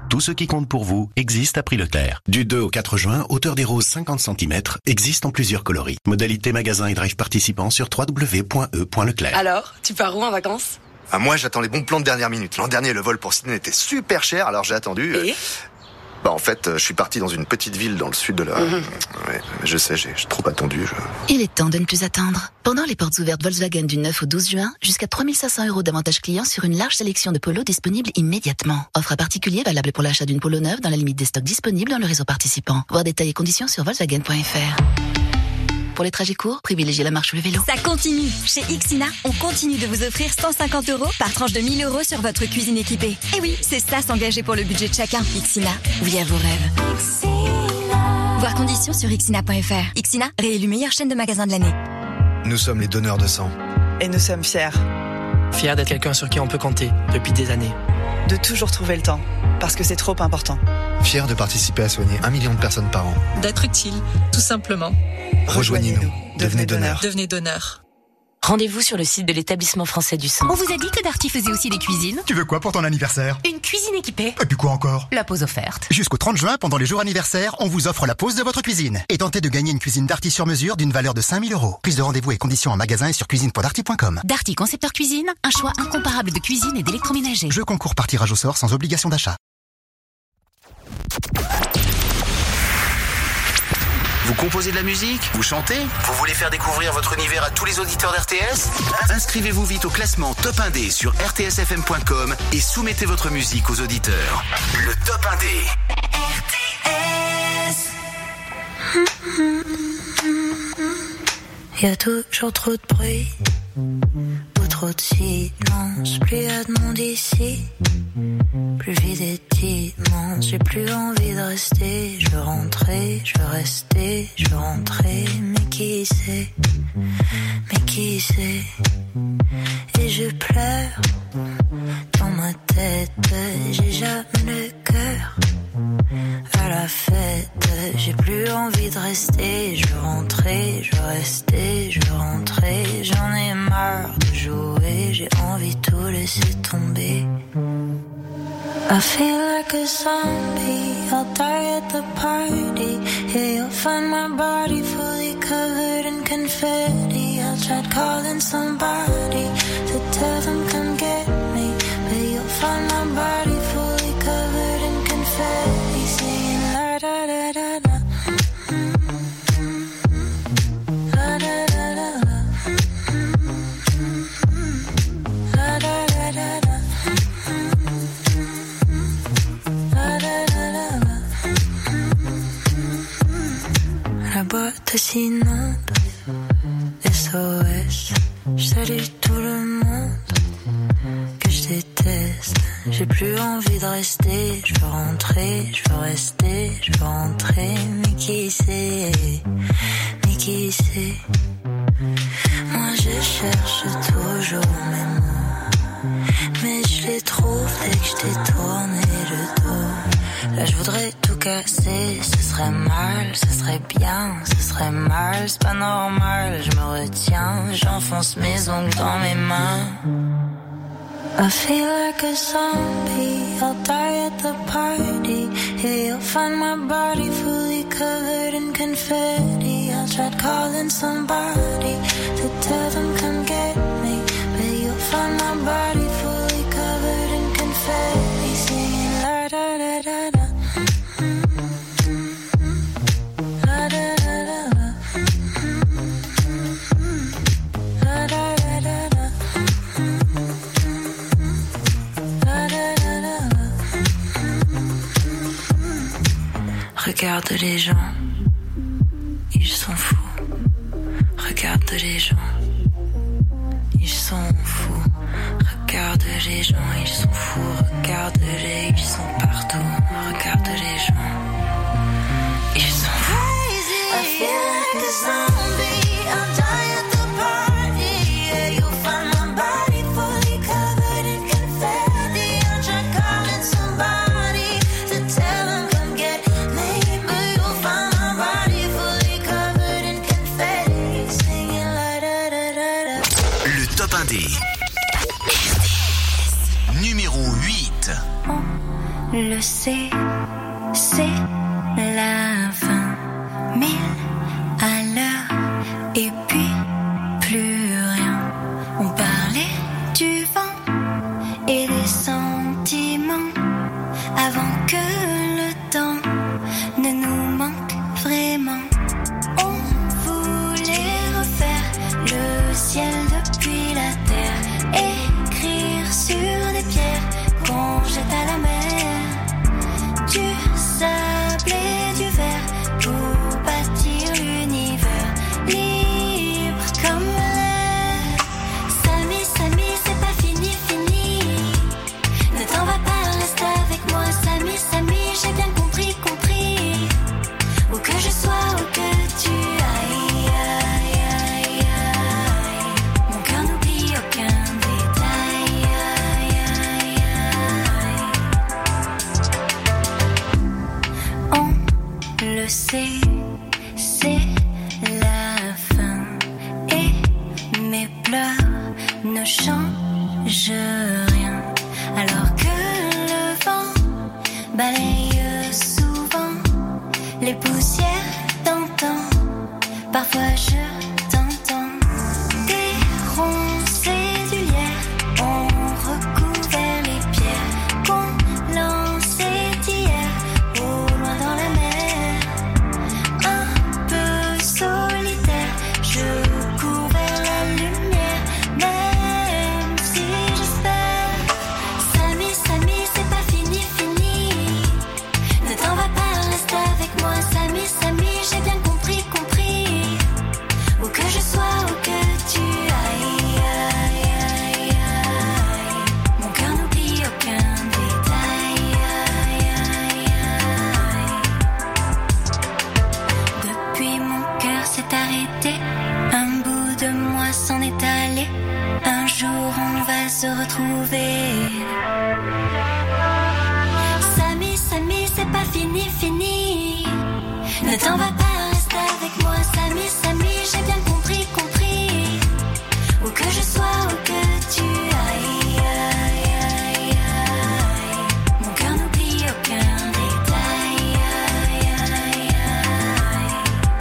Tout ce qui compte pour vous existe à prix Leclerc. Du 2 au 4 juin, hauteur des roses 50 cm existe en plusieurs coloris. Modalité magasin et drive participants sur www.e.leclerc. Alors, tu pars où en vacances ? Moi, j'attends les bons plans de dernière minute. L'an dernier, le vol pour Sydney était super cher, alors j'ai attendu. Et en fait, je suis parti dans une petite ville dans le sud de la... Ouais, je sais, j'ai trop attendu. Il est temps de ne plus attendre. Pendant les portes ouvertes Volkswagen du 9 au 12 juin, jusqu'à 3 500 € d'avantages clients sur une large sélection de Polo disponibles immédiatement. Offre à particulier valable pour l'achat d'une Polo neuve dans la limite des stocks disponibles dans le réseau participant. Voir détails et conditions sur volkswagen.fr. Pour les trajets courts, privilégiez la marche ou le vélo. Ça continue. Chez Ixina, on continue de vous offrir 150 € par tranche de 1 000 € sur votre cuisine équipée. Et oui, c'est ça s'engager pour le budget de chacun. Ixina, oui à vos rêves. Voir conditions sur ixina.fr. Ixina, réélu meilleure chaîne de magasins de l'année. Nous sommes les donneurs de sang. Et nous sommes fiers. Fiers d'être quelqu'un sur qui on peut compter depuis des années. De toujours trouver le temps, parce que c'est trop important. Fiers de participer à soigner 1 million de personnes par an. D'être utile, tout simplement. Rejoignez-nous. Devenez donneur. Devenez donneur. Rendez-vous sur le site de l'Établissement français du sang. On vous a dit que Darty faisait aussi des cuisines. Tu veux quoi pour ton anniversaire ? Une cuisine équipée. Et puis quoi encore ? La pause offerte. Jusqu'au 30 juin, pendant les jours anniversaires, on vous offre la pause de votre cuisine. Et tentez de gagner une cuisine Darty sur mesure d'une valeur de 5 000 €. Prise de rendez-vous et conditions en magasin et sur cuisine.darty.com. Darty Concepteur Cuisine, un choix incomparable de cuisine et d'électroménager. Jeu concours par tirage au sort sans obligation d'achat. Vous composez de la musique ? Vous chantez ? Vous voulez faire découvrir votre univers à tous les auditeurs d'RTS ? Inscrivez-vous vite au classement Top 1D sur rtsfm.com et soumettez votre musique aux auditeurs. Le Top 1D. RTS. Y'a toujours trop de bruit, ou trop de silence. Plus y'a de monde ici, plus vide est immense. J'ai plus envie de rester. Je veux rentrer, je veux rester, je veux rentrer. Mais qui sait, et je pleure dans ma tête. J'ai jamais le cœur à la fête. J'ai plus envie de rester. Je veux rentrer, je veux rester, je veux rentrer. J'en ai marre de jouer. J'ai envie de tout laisser tomber. I feel like a zombie, I'll die at the party. Yeah, you'll find my body fully covered in confetti. I tried calling somebody to tell them come get me, but you'll find my body fully covered in confetti. Singing la da da da da. La da da da da. La da da da da. La boîte s'inonde, SOS. Je salue tout le monde que je déteste. J'ai plus envie de rester. Je veux rentrer, je veux rester, je veux rentrer. Mais qui sait, moi je cherche toujours mes mots, mais je les trouve dès que je t'ai tourné le dos. Là je voudrais tout casser, ce serait mal, ce serait bien, ce serait mal, c'est pas normal, je me retiens, j'enfonce mes ongles dans mes mains. I feel like a zombie, I'll die at the party. Yeah, you'll find my body fully covered in confetti. I tried calling somebody to tell them come get me, but you'll find my body fully covered in confetti. Singing la da da da da. La da da da da. La da da da da. Regarde les gens, ils sont fous. Regarde les gens, ils sont fous. Regarde les gens, ils sont fous. Regarde-les, ils sont partout. Regarde les gens, ils sont fous. I feel like a zombie, I'll die at the party. Yeah, you'll find my body fully covered in confetti. I tried calling somebody to tell them come get me, but you'll find my body fully covered in confetti. Singing la da da da da. Le Top 1D. Numéro 8. le sait, c'est la fin. 1000 à l'heure et puis plus rien. On parlait du vent et des sentiments avant que le temps ne nous manque vraiment. On voulait refaire le ciel depuis la terre, écrire sur des pierres qu'on jette à la mer, du sable et du verre pour bâtir l'univers libre comme l'air. Samy, Samy, c'est pas fini, fini. Ne t'en va pas, reste avec moi. Samy, Samy, j'ai bien compris, compris. Où que je sois, où que tu ailles, aïe, aïe, aïe. Mon cœur n'oublie aucun détail, aïe, aïe, aïe. On le sait, c'est la fin. Et mes pleurs ne changent rien. Alors que le vent balaye souvent les poussières d'antan. Parfois je t'entends. Des ronces et du lierre ont recouvert les pierres qu'on lançait hier au loin dans la mer. Un peu solitaire, je cours vers la lumière, même si j'espère. Samy, Samy, c'est pas fini, fini. Ne t'en va pas, reste avec moi. Samy, Samy, j'ai bien compris, compris. Où que je sois, où que tu ailles, aïe, aïe, aïe. Mon cœur n'oublie aucun détail, aïe, aïe, aïe. Depuis mon cœur s'est arrêté, un bout de moi s'en est allé. Un jour on va se retrouver. Samy, Samy, c'est pas fini, fini. Ne t'en va pas, reste avec moi. Samy, Samy, j'ai bien compris, compris. Où que je sois, où que tu ailles, aïe, aïe, aïe. Mon cœur n'oublie aucun détail, aïe, aïe, aïe.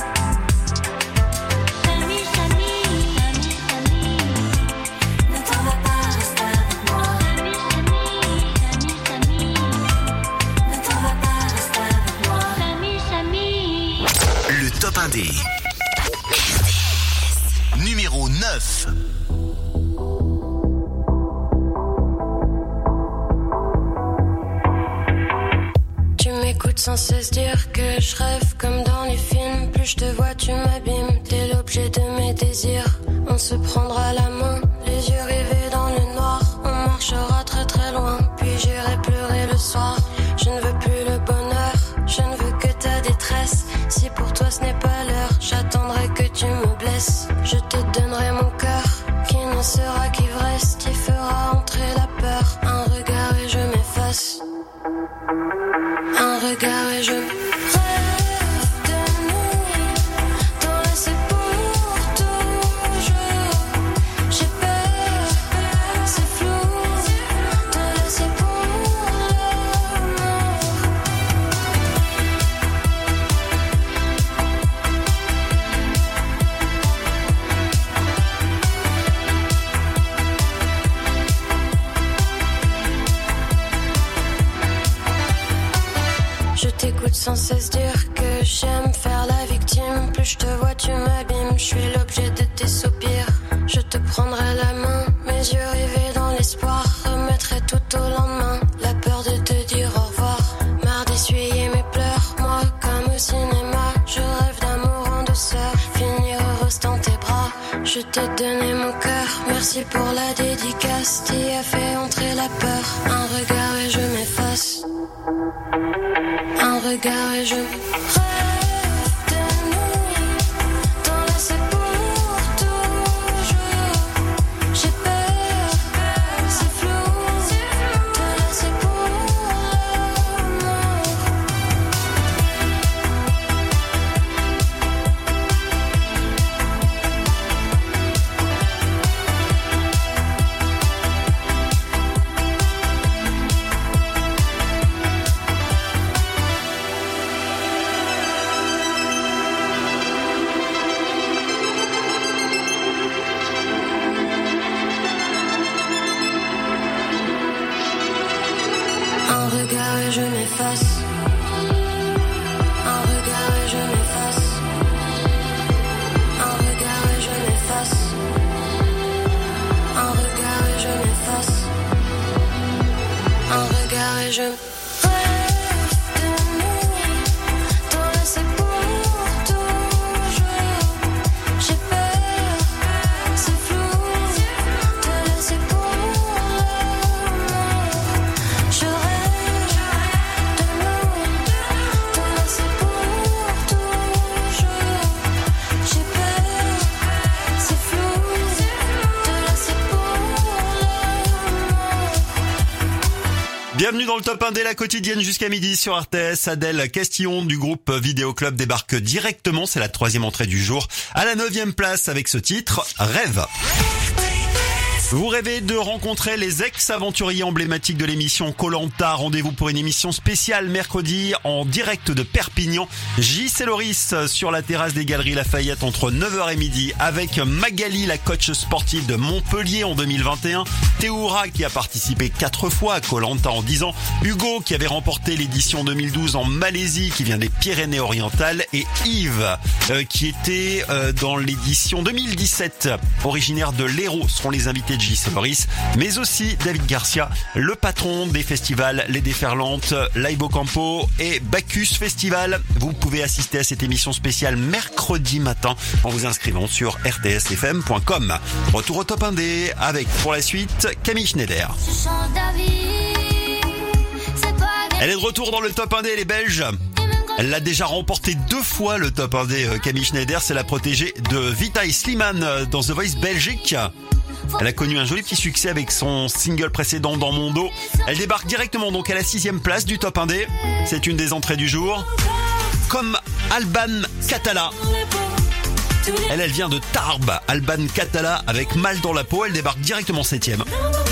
Samy, Samy, Samy, Samy. Ne t'en va pas, reste avec moi. Samy, Samy, Samy, Samy. Ne t'en va pas, reste avec moi. Samy, Samy. Le top 1D. Numéro 9. Tu m'écoutes sans cesse dire que je rêve comme dans les films. Plus je te vois, tu m'abîmes. T'es l'objet de mes désirs. On se prendra la main, les yeux rivés dans le noir. On marchera très très loin, puis j'irai pleurer le soir. Je ne veux plus le bonheur, je ne veux que ta détresse. Si pour toi ce n'est pas l'heure, j'attendrai que tu me blesses. Je te donnerai mon cœur, qui ne sera qu'ivresse. T'y fera entrer la peur. Un regard et je m'efface. Un regard et je rêve de nous, t'enlacer pour toujours. J'ai peur, c'est flou, t'enlacer pour l'amour. Je t'écoute sans cesse dire que j'aime faire la victime. Plus je te vois, tu m'abîmes. Je suis l'objet de tes soupirs. Je te prendrai la main, mes yeux rivés dans l'espoir. Remettrai tout au lendemain la peur de te dire au revoir. Marre d'essuyer mes pleurs, moi comme au cinéma. Je rêve d'amour en douceur, finir heureuse dans tes bras. Je t'ai donné mon cœur, merci pour la dédicace. T'y as fait entrer la peur. Un regard et je m'efface. Un regard et je rêve de nous, t'enlacer pour toujours. J'ai peur, c'est flou, t'enlacer pour l'amour. je rêve de nous, t'enlacer pour toujours. J'ai peur, c'est flou, te laisser pour l'amour. Je rêve de nous, t'enlacer pour toujours. J'ai peur, c'est flou, te laisser pour Bienvenue dans le Top 1D, la quotidienne jusqu'à midi sur RTS. Adèle Castillon du groupe Vidéo Club débarque directement, c'est la 3e entrée du jour, à la 9e place avec ce titre, Rêve. Vous rêvez de rencontrer les ex-aventuriers emblématiques de l'émission Koh-Lanta. Rendez-vous pour une émission spéciale mercredi en direct de Perpignan. J.C. Loris sur la terrasse des Galeries Lafayette entre 9h et midi avec Magali, la coach sportive de Montpellier en 2021. Théoura qui a participé 4 fois à Koh-Lanta en 10 ans. Hugo qui avait remporté l'édition 2012 en Malaisie qui vient des Pyrénées-Orientales. Et Yves qui était dans l'édition 2017 originaire de l'Hérault seront les invités de J.C. Loris, mais aussi David Garcia, le patron des festivals Les Déferlantes, l'Aibocampo et Bacchus Festival. Vous pouvez assister à cette émission spéciale mercredi matin en vous inscrivant sur rtsfm.com. Retour au Top 1D avec, pour la suite, Camille Schneider. Elle est de retour dans le Top 1D, elle est belge. Elle l'a déjà remporté 2 fois le Top 1D, Camille Schneider. C'est la protégée de Vitaï Slimane dans The Voice Belgique. Elle a connu un joli petit succès avec son single précédent Dans mon dos. Elle débarque directement donc à la 6e place du Top 1D. C'est une des entrées du jour. Comme Alban Catala. Elle vient de Tarbes. Alban Catala avec Mal dans la peau. Elle débarque directement 7e.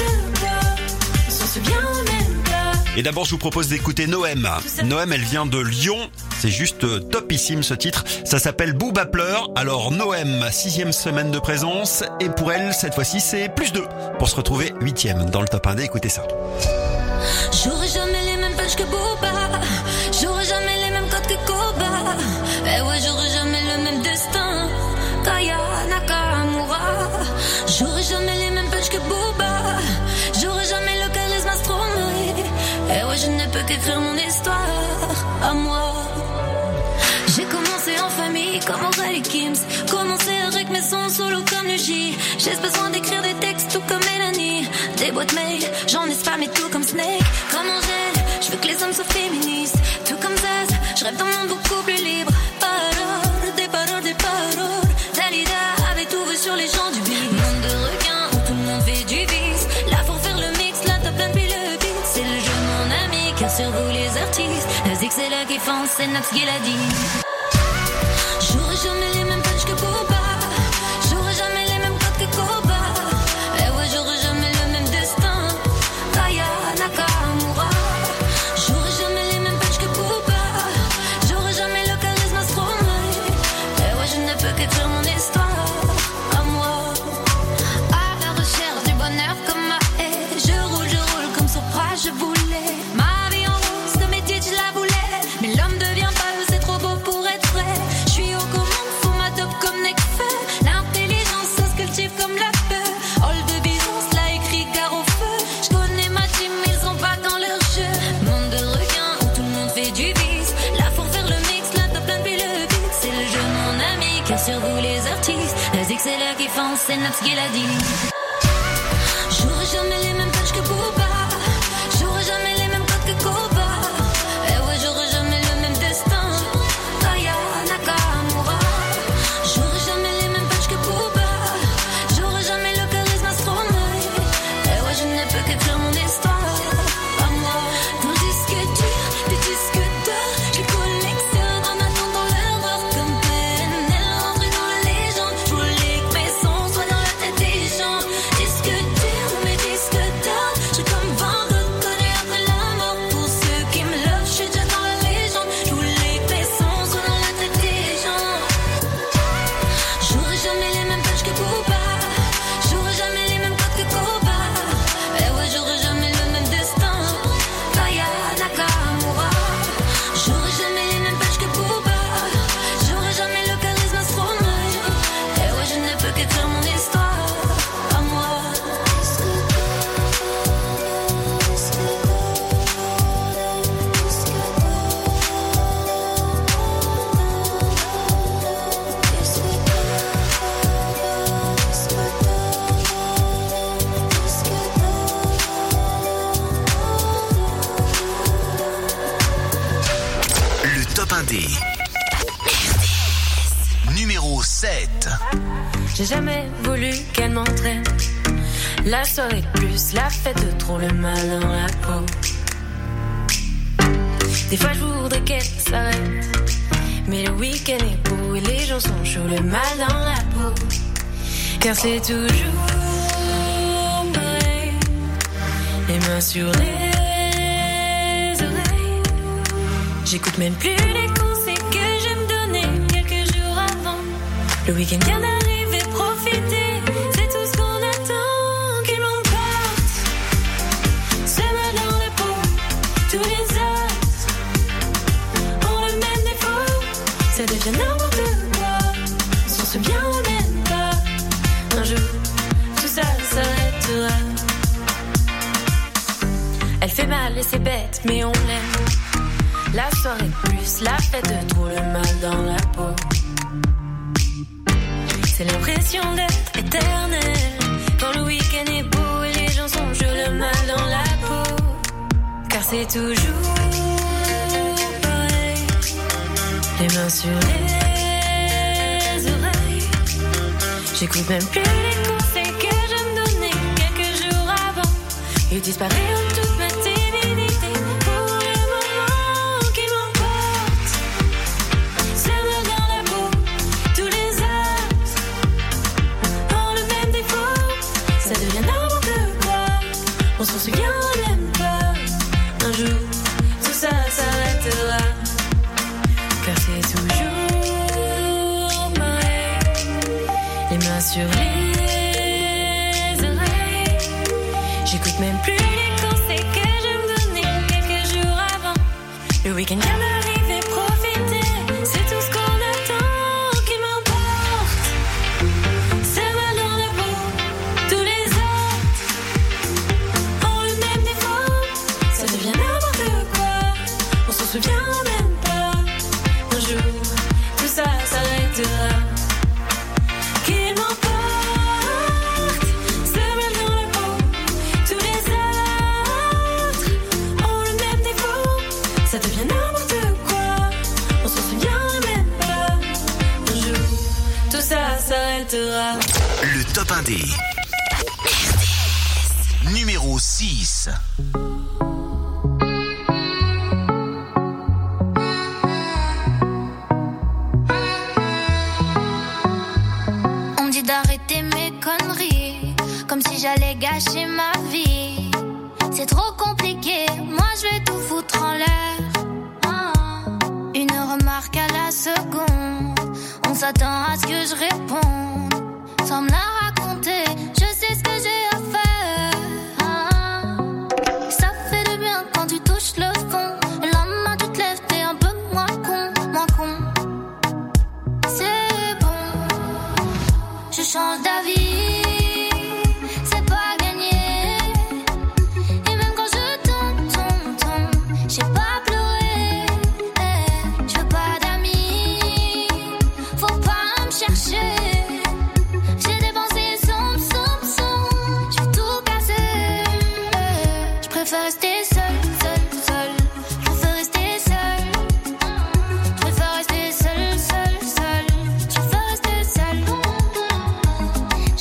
Et d'abord, je vous propose d'écouter Noëm. Noëm, elle vient de Lyon. C'est juste topissime ce titre. Ça s'appelle Booba pleure. Alors Noëm, 6e semaine de présence. Et pour elle, cette fois-ci, c'est +2 pour se retrouver 8e dans le Top 1D. Écoutez ça. J'aurais jamais les mêmes pages que Booba. J'aurais jamais les mêmes codes que Koba. Eh ouais, j'aurais jamais le même destin. Kaya Nakamura. J'aurais jamais les mêmes pages que Booba. J'aurais jamais le charisme Stromae. Eh ouais, je ne peux qu'écrire mon histoire à moi. J'ai commencé en famille comme Aurélie Kims. Commencé avec mes sons solo comme le J. J'ai besoin d'écrire des textes tout comme Mélanie. Des boîtes mail, j'en ai spammé tout comme Snake. Comme Angèle, je veux que les hommes soient féministes. Tout comme Zaz, je rêve d'un monde beaucoup plus libre. Paroles, des paroles, des paroles. Dalida avait tout vu sur les gens du beat. Monde de requins où tout le monde fait du vice. Là pour faire le mix, la top line puis le beat. C'est le jeu mon ami, car sur vous les artistes. La zig c'est là qui fonce, c'est Naps qui l'a dit. J'aurais jamais les mêmes pages que Boba. J'aurais jamais les mêmes codes que Koba. Eh ouais, j'aurais jamais le même destin. Kaya Nakamura. J'aurais jamais les mêmes pages que Boba. J'aurais jamais le charisme Stromae. Eh ouais, je ne peux qu'écrire mon histoire à moi. À la recherche du bonheur comme ma haie. Je roule comme Sopra, je voulais. Ma vie en rose, ce métier je la voulais. Mais l'homme devient pâle, c'est trop beau pour être vrai. Je suis aux commandes, faut ma dope comme Necfeu. L'intelligence, ça se cultive comme la peur. Hall de Byzance, l'a écrit car au feu. Je connais ma team, ils sont pas dans leur jeu. Monde de requins où tout le monde fait du vice. Là pour faire le mix, la top line puis le beat. C'est le jeu mon ami, car sur vous les artistes. La zig c'est là qui fonce, c'est Naps qui l'a dit. J'aurais jamais les mêmes pages que Booba. J'aurais jamais les mêmes codes que Koba. Eh ouais, j'aurais jamais le même destin. Kaya Nakamura. J'aurais jamais les mêmes pages que Booba. J'aurais jamais le charisme Stromae. Eh ouais, je ne peux qu'écrire mon histoire à moi. Dans le disque dur, des disques d'or. Je collectionne en attendant l'heure comme PNL. Rentrer dans la légende. Je voulais que mes sons soient dans la tête des gens. J'ai jamais voulu qu'elle m'entraîne. La soirée de plus, la fête de trop, le mal dans la peau. Des fois je voudrais qu'elle s'arrête, mais le week-end est beau et les gens sont chauds, le mal dans la peau. Car c'est toujours pareil, les mains sur les oreilles. J'écoute même plus les conseils que je me donnais quelques jours avant. Le week-end vient d'arriver, profiter, c'est tout ce qu'on attend. Qu'il m'emporte, ce mal dans la peau. Tous les autres ont le même défaut, ça devient n'importe quoi. On s'en souvient même pas. Un jour, tout ça s'arrêtera. Elle fait mal et c'est bête, mais on l'aime. La soirée plus, la fête de trop, le mal dans la peau. C'est l'impression d'être éternel quand le week-end est beau et les gens sont chauds, le mal dans la peau. Car c'est toujours pareil, les mains sur les oreilles. J'écoute même plus les conseils que je me donnais quelques jours avant. Ils disparaissent en toute ma timidité. Pour le moment qui m'emporte, ça me dans la peau. Tous les autres ont le même défaut, ça devient n'importe quoi. On s'en souvient même pas. Un jour, tout ça s'arrêtera. Car c'est toujours pareil, les mains sur les oreilles. J'écoute même plus les conseils que je me donnais quelques jours avant. Le week-end vient d'arriver, profiter, c'est tout ce qu'on attend. Qui m'emporte, c'est mal dans la peau. Tous les autres ont le même défaut, ça devient n'importe quoi. On s'en souvient même pas. Un jour, tout ça s'arrêtera. Qu'il m'emporte, c'est mal dans la peau. Tous les autres ont le même défaut, ça devient n'importe quoi. On s'en souvient même pas. Un jour, tout ça s'arrêtera. Le top 1D. Numéro 6. On me dit d'arrêter mes conneries, comme si j'allais gâcher ma vie. C'est trop compliqué, moi je vais tout foutre en l'air. Une remarque à la seconde, on s'attend à ce que je réponde. Sans me la raconter, je sais ce que j'ai à faire. Ça fait du bien quand tu touches le fond. Le lendemain tu te lèves, t'es un peu moins con, moins con. C'est bon, je change d'avis, c'est pas gagné. Et même quand je tombe, j'ai pas pleuré. Je veux pas d'amis, faut pas me chercher. J'ai dépensé son, je vais tout casser. Je préfère rester seule. Je préfère rester seule. Je préfère rester seule. Je préfère rester seule.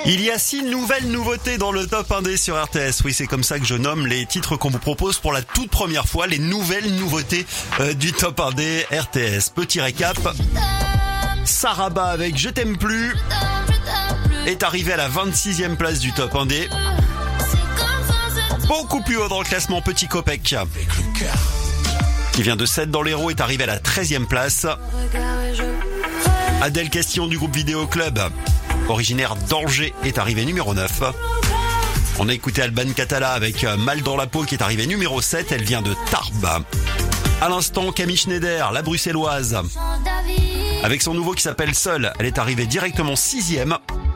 Il y a 6 nouvelles nouveautés dans le top 1D sur RTS. Oui, c'est comme ça que je nomme les titres qu'on vous propose pour la toute première fois, les nouvelles nouveautés du top 1D RTS. Petit récap. Saraba avec Je t'aime plus est arrivé à la 26e place du top 1D. Beaucoup plus haut dans le classement, Petit Copec, qui vient de 7 dans l'Hérault, est arrivé à la 13e place. Adèle Question du groupe Vidéo Club, originaire d'Angers, est arrivé numéro 9. On a écouté Alban Catala avec Mal dans la peau qui est arrivé numéro 7. Elle vient de Tarbes. À l'instant, Camille Schneider, la bruxelloise, avec son nouveau qui s'appelle Seul. Elle est arrivée directement 6e.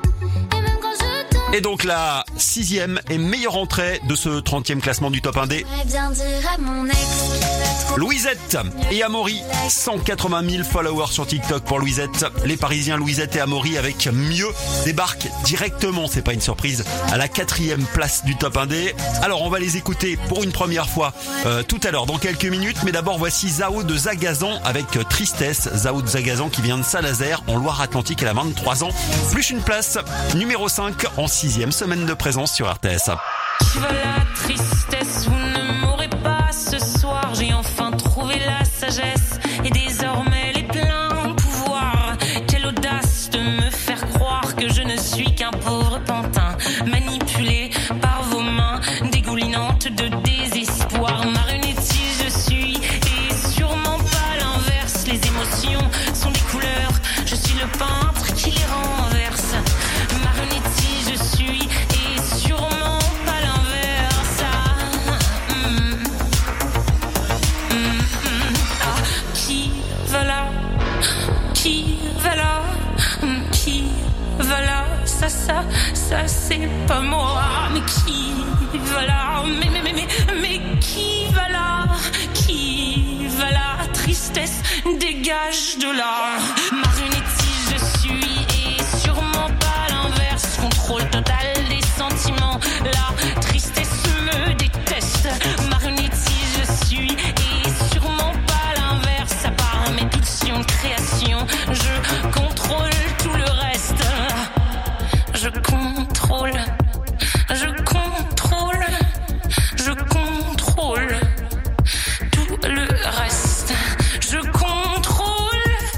Et donc la 6e et meilleure entrée de ce 30e classement du top 1D. Louisette et Amaury, 180 000 followers sur TikTok pour Louisette. Les Parisiens Louisette et Amaury avec Mieux débarquent directement, c'est pas une surprise, à la 4e place du top 1D. Alors on va les écouter pour une première fois tout à l'heure, dans quelques minutes. Mais d'abord voici Zao de Zagazan avec Tristesse. Zao de Zagazan qui vient de Saint-Nazaire en Loire-Atlantique, elle a 23 ans. Plus une place, numéro 5 en 6e semaine de présence sur RTS. Tu vois la tristesse, vous ne m'aurez pas ce soir. J'ai enfin trouvé la sagesse et désormais les pleins pouvoirs. Quelle audace de me faire croire que je ne suis qu'un pauvre pantin, manipulé par vos mains dégoulinantes de désespoir. Marionnettie je suis et sûrement pas l'inverse. Les émotions sont des couleurs, je suis le peintre qui les renverse. Marionnettie je suis et sûrement pas l'inverse. Qui va là? Qui va là? Qui va là? Ça c'est pas moi. Mais qui va là? Mais qui va là? Qui va là? Tristesse, dégage de là. Marionnettie je suis et sûrement pas l'inverse. Contrôle total des sentiments. La tristesse me déteste. Marionnettie je suis et sûrement pas l'inverse. À part mes pulsions de création, je contrôle tout le reste. Je contrôle tout le reste. Je contrôle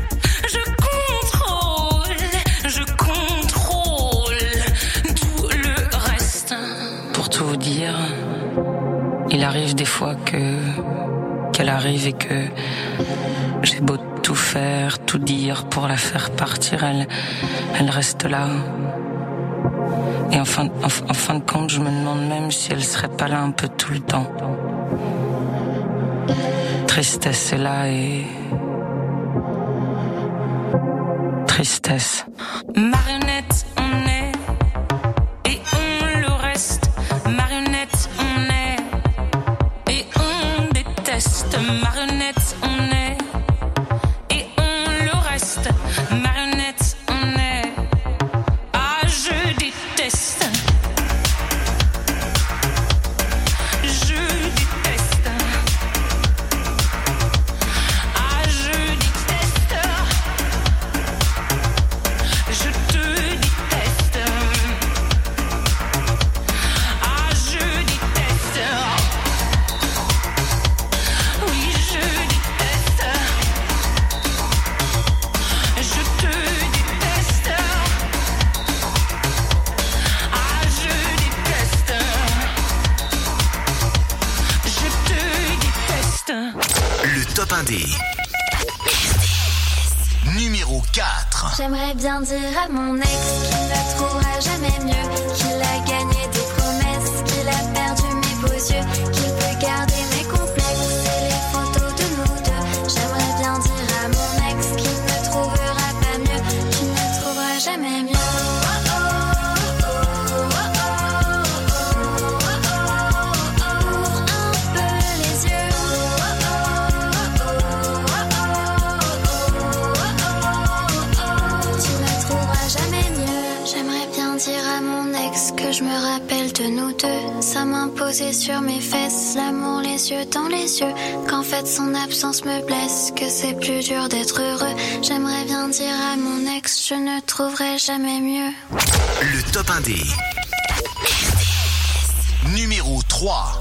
tout le reste. Pour tout vous dire, il arrive des fois qu'elle arrive et que j'ai beau tout faire, tout dire pour la faire partir, elle reste là. Et en fin de compte, je me demande même si elle serait pas là un peu tout le temps. Tristesse est là et... Tristesse. Marionnette, on est et on le reste. Marionnette, on est et on déteste. Marionnette, on est et on le reste. Marionnette, on est... Ah, je déteste. Je déteste. Ah, je déteste. Je te déteste. Ah, je déteste. Oui, je déteste. Je te déteste. Ah, je déteste. Je te déteste. Le top 1D. Numéro 4. J'aimerais bien dire à mon ex qu'il ne trouvera jamais mieux, qu'il a gagné des promesses, qu'il a perdu mes beaux yeux, qu'il peut garder mes complexes et les photos de nous deux. J'aimerais bien dire à mon ex qu'il ne trouvera pas mieux, qu'il ne trouvera jamais mieux. Que je me rappelle rappelle de nous deux. Sa main posée sur mes fesses, l'amour les yeux dans les yeux. Qu'en fait son absence me blesse, que c'est plus dur d'être heureux. J'aimerais bien dire à mon ex, je ne trouverai jamais mieux. Le top 1D. Numéro 3.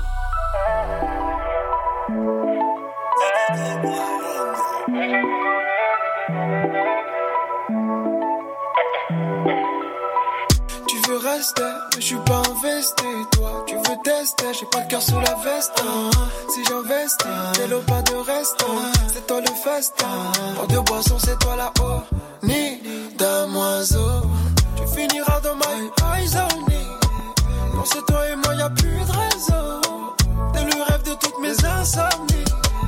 Tu veux rester, mais je suis pas investi. Toi, tu veux tester, j'ai pas le cœur sous la veste. Si j'investis, t'es l'eau pas de reste. C'est toi le festin. Pour deux boissons, c'est toi là-haut. Ni damoiseau. Tu finiras dans my eyes only. Non, c'est toi et moi, y'a plus de réseau. T'es le rêve de toutes mes insomnies.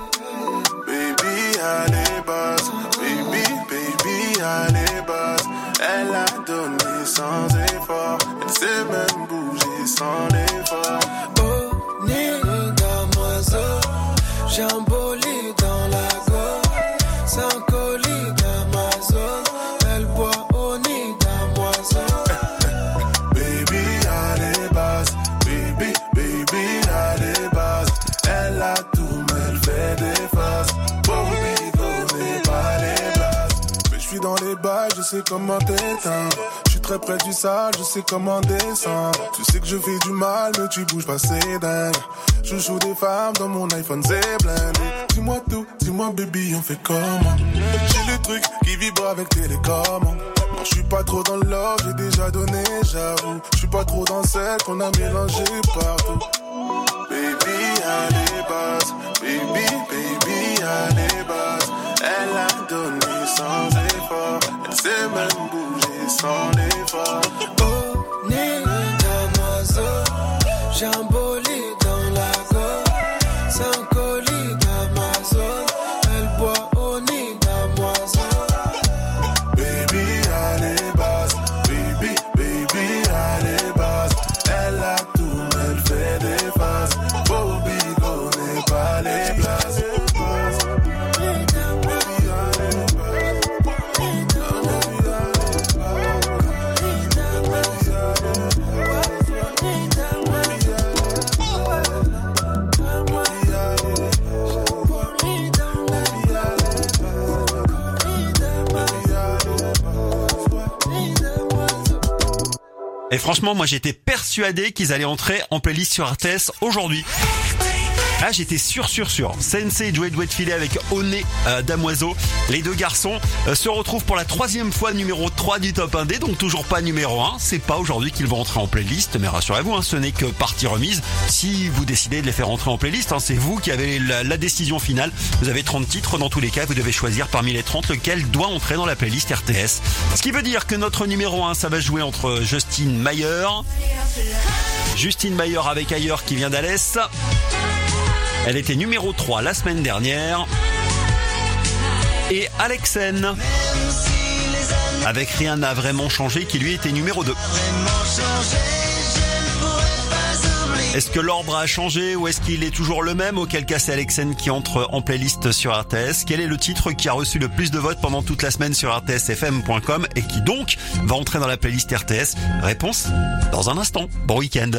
Baby, allez, base. Baby, allez, base. Elle a donné sans effort. Elle sait même bouger sans l'effort. Oh, ni damoiseau. J'ai un bolide dans la gorge. C'est un colis d'Amazon. Elle boit au nid damoiseau. Baby, allez, base. Baby, allez, base. Elle a tout, mais elle fait des faces. Bobby, donnez pas les blagues. Mais je suis dans les bails, je sais comment t'éteindre. Je suis très près du sale, je sais comment descendre. Tu sais que je fais du mal, mais tu bouges pas, c'est dingue. Je joue des femmes dans mon iPhone, c'est blindé. Dis-moi tout, dis-moi baby, on fait comment? J'ai le truc qui vibre avec télécommande. Non, je suis pas trop dans le love, j'ai déjà donné, j'avoue. Je suis pas trop dans celle qu'on a mélangé partout. Baby, allez, base. Baby, allez, base. Elle a donné sans effort. Elle sait même bouger sans l'effort. Oh, ni damoiseau. J'ai un bolide dans la gorge. C'est un colis d'Amazon. Elle boit au nid damoiseau. Baby, allez, base. Baby, allez, base. Elle a tout, mais elle fait des faces. Bobby, connaît pas les places. Et franchement, moi j'étais persuadé qu'ils allaient entrer en playlist sur RTS aujourd'hui. Ah, j'étais sûr. Sensei et Joey Douet de filet avec Oné Damoiseau. Les deux garçons se retrouvent pour la 3e fois numéro 3 du top 1D, donc toujours pas numéro 1. C'est pas aujourd'hui qu'ils vont entrer en playlist, mais rassurez-vous, ce n'est que partie remise. Si vous décidez de les faire entrer en playlist, c'est vous qui avez la décision finale. Vous avez 30 titres dans tous les cas, vous devez choisir parmi les 30 lequel doit entrer dans la playlist RTS. Ce qui veut dire que notre numéro 1, ça va jouer entre Justine Mayer avec Ailleurs qui vient d'Alès. Elle était numéro 3 la semaine dernière. Et Alexen avec Rien n'a vraiment changé qui lui était numéro 2. Est-ce que l'ordre a changé ou est-ce qu'il est toujours le même? Auquel cas c'est Alexen qui entre en playlist sur RTS. Quel est le titre qui a reçu le plus de votes pendant toute la semaine sur rtsfm.com et qui donc va entrer dans la playlist RTS? Réponse dans un instant. Bon week-end.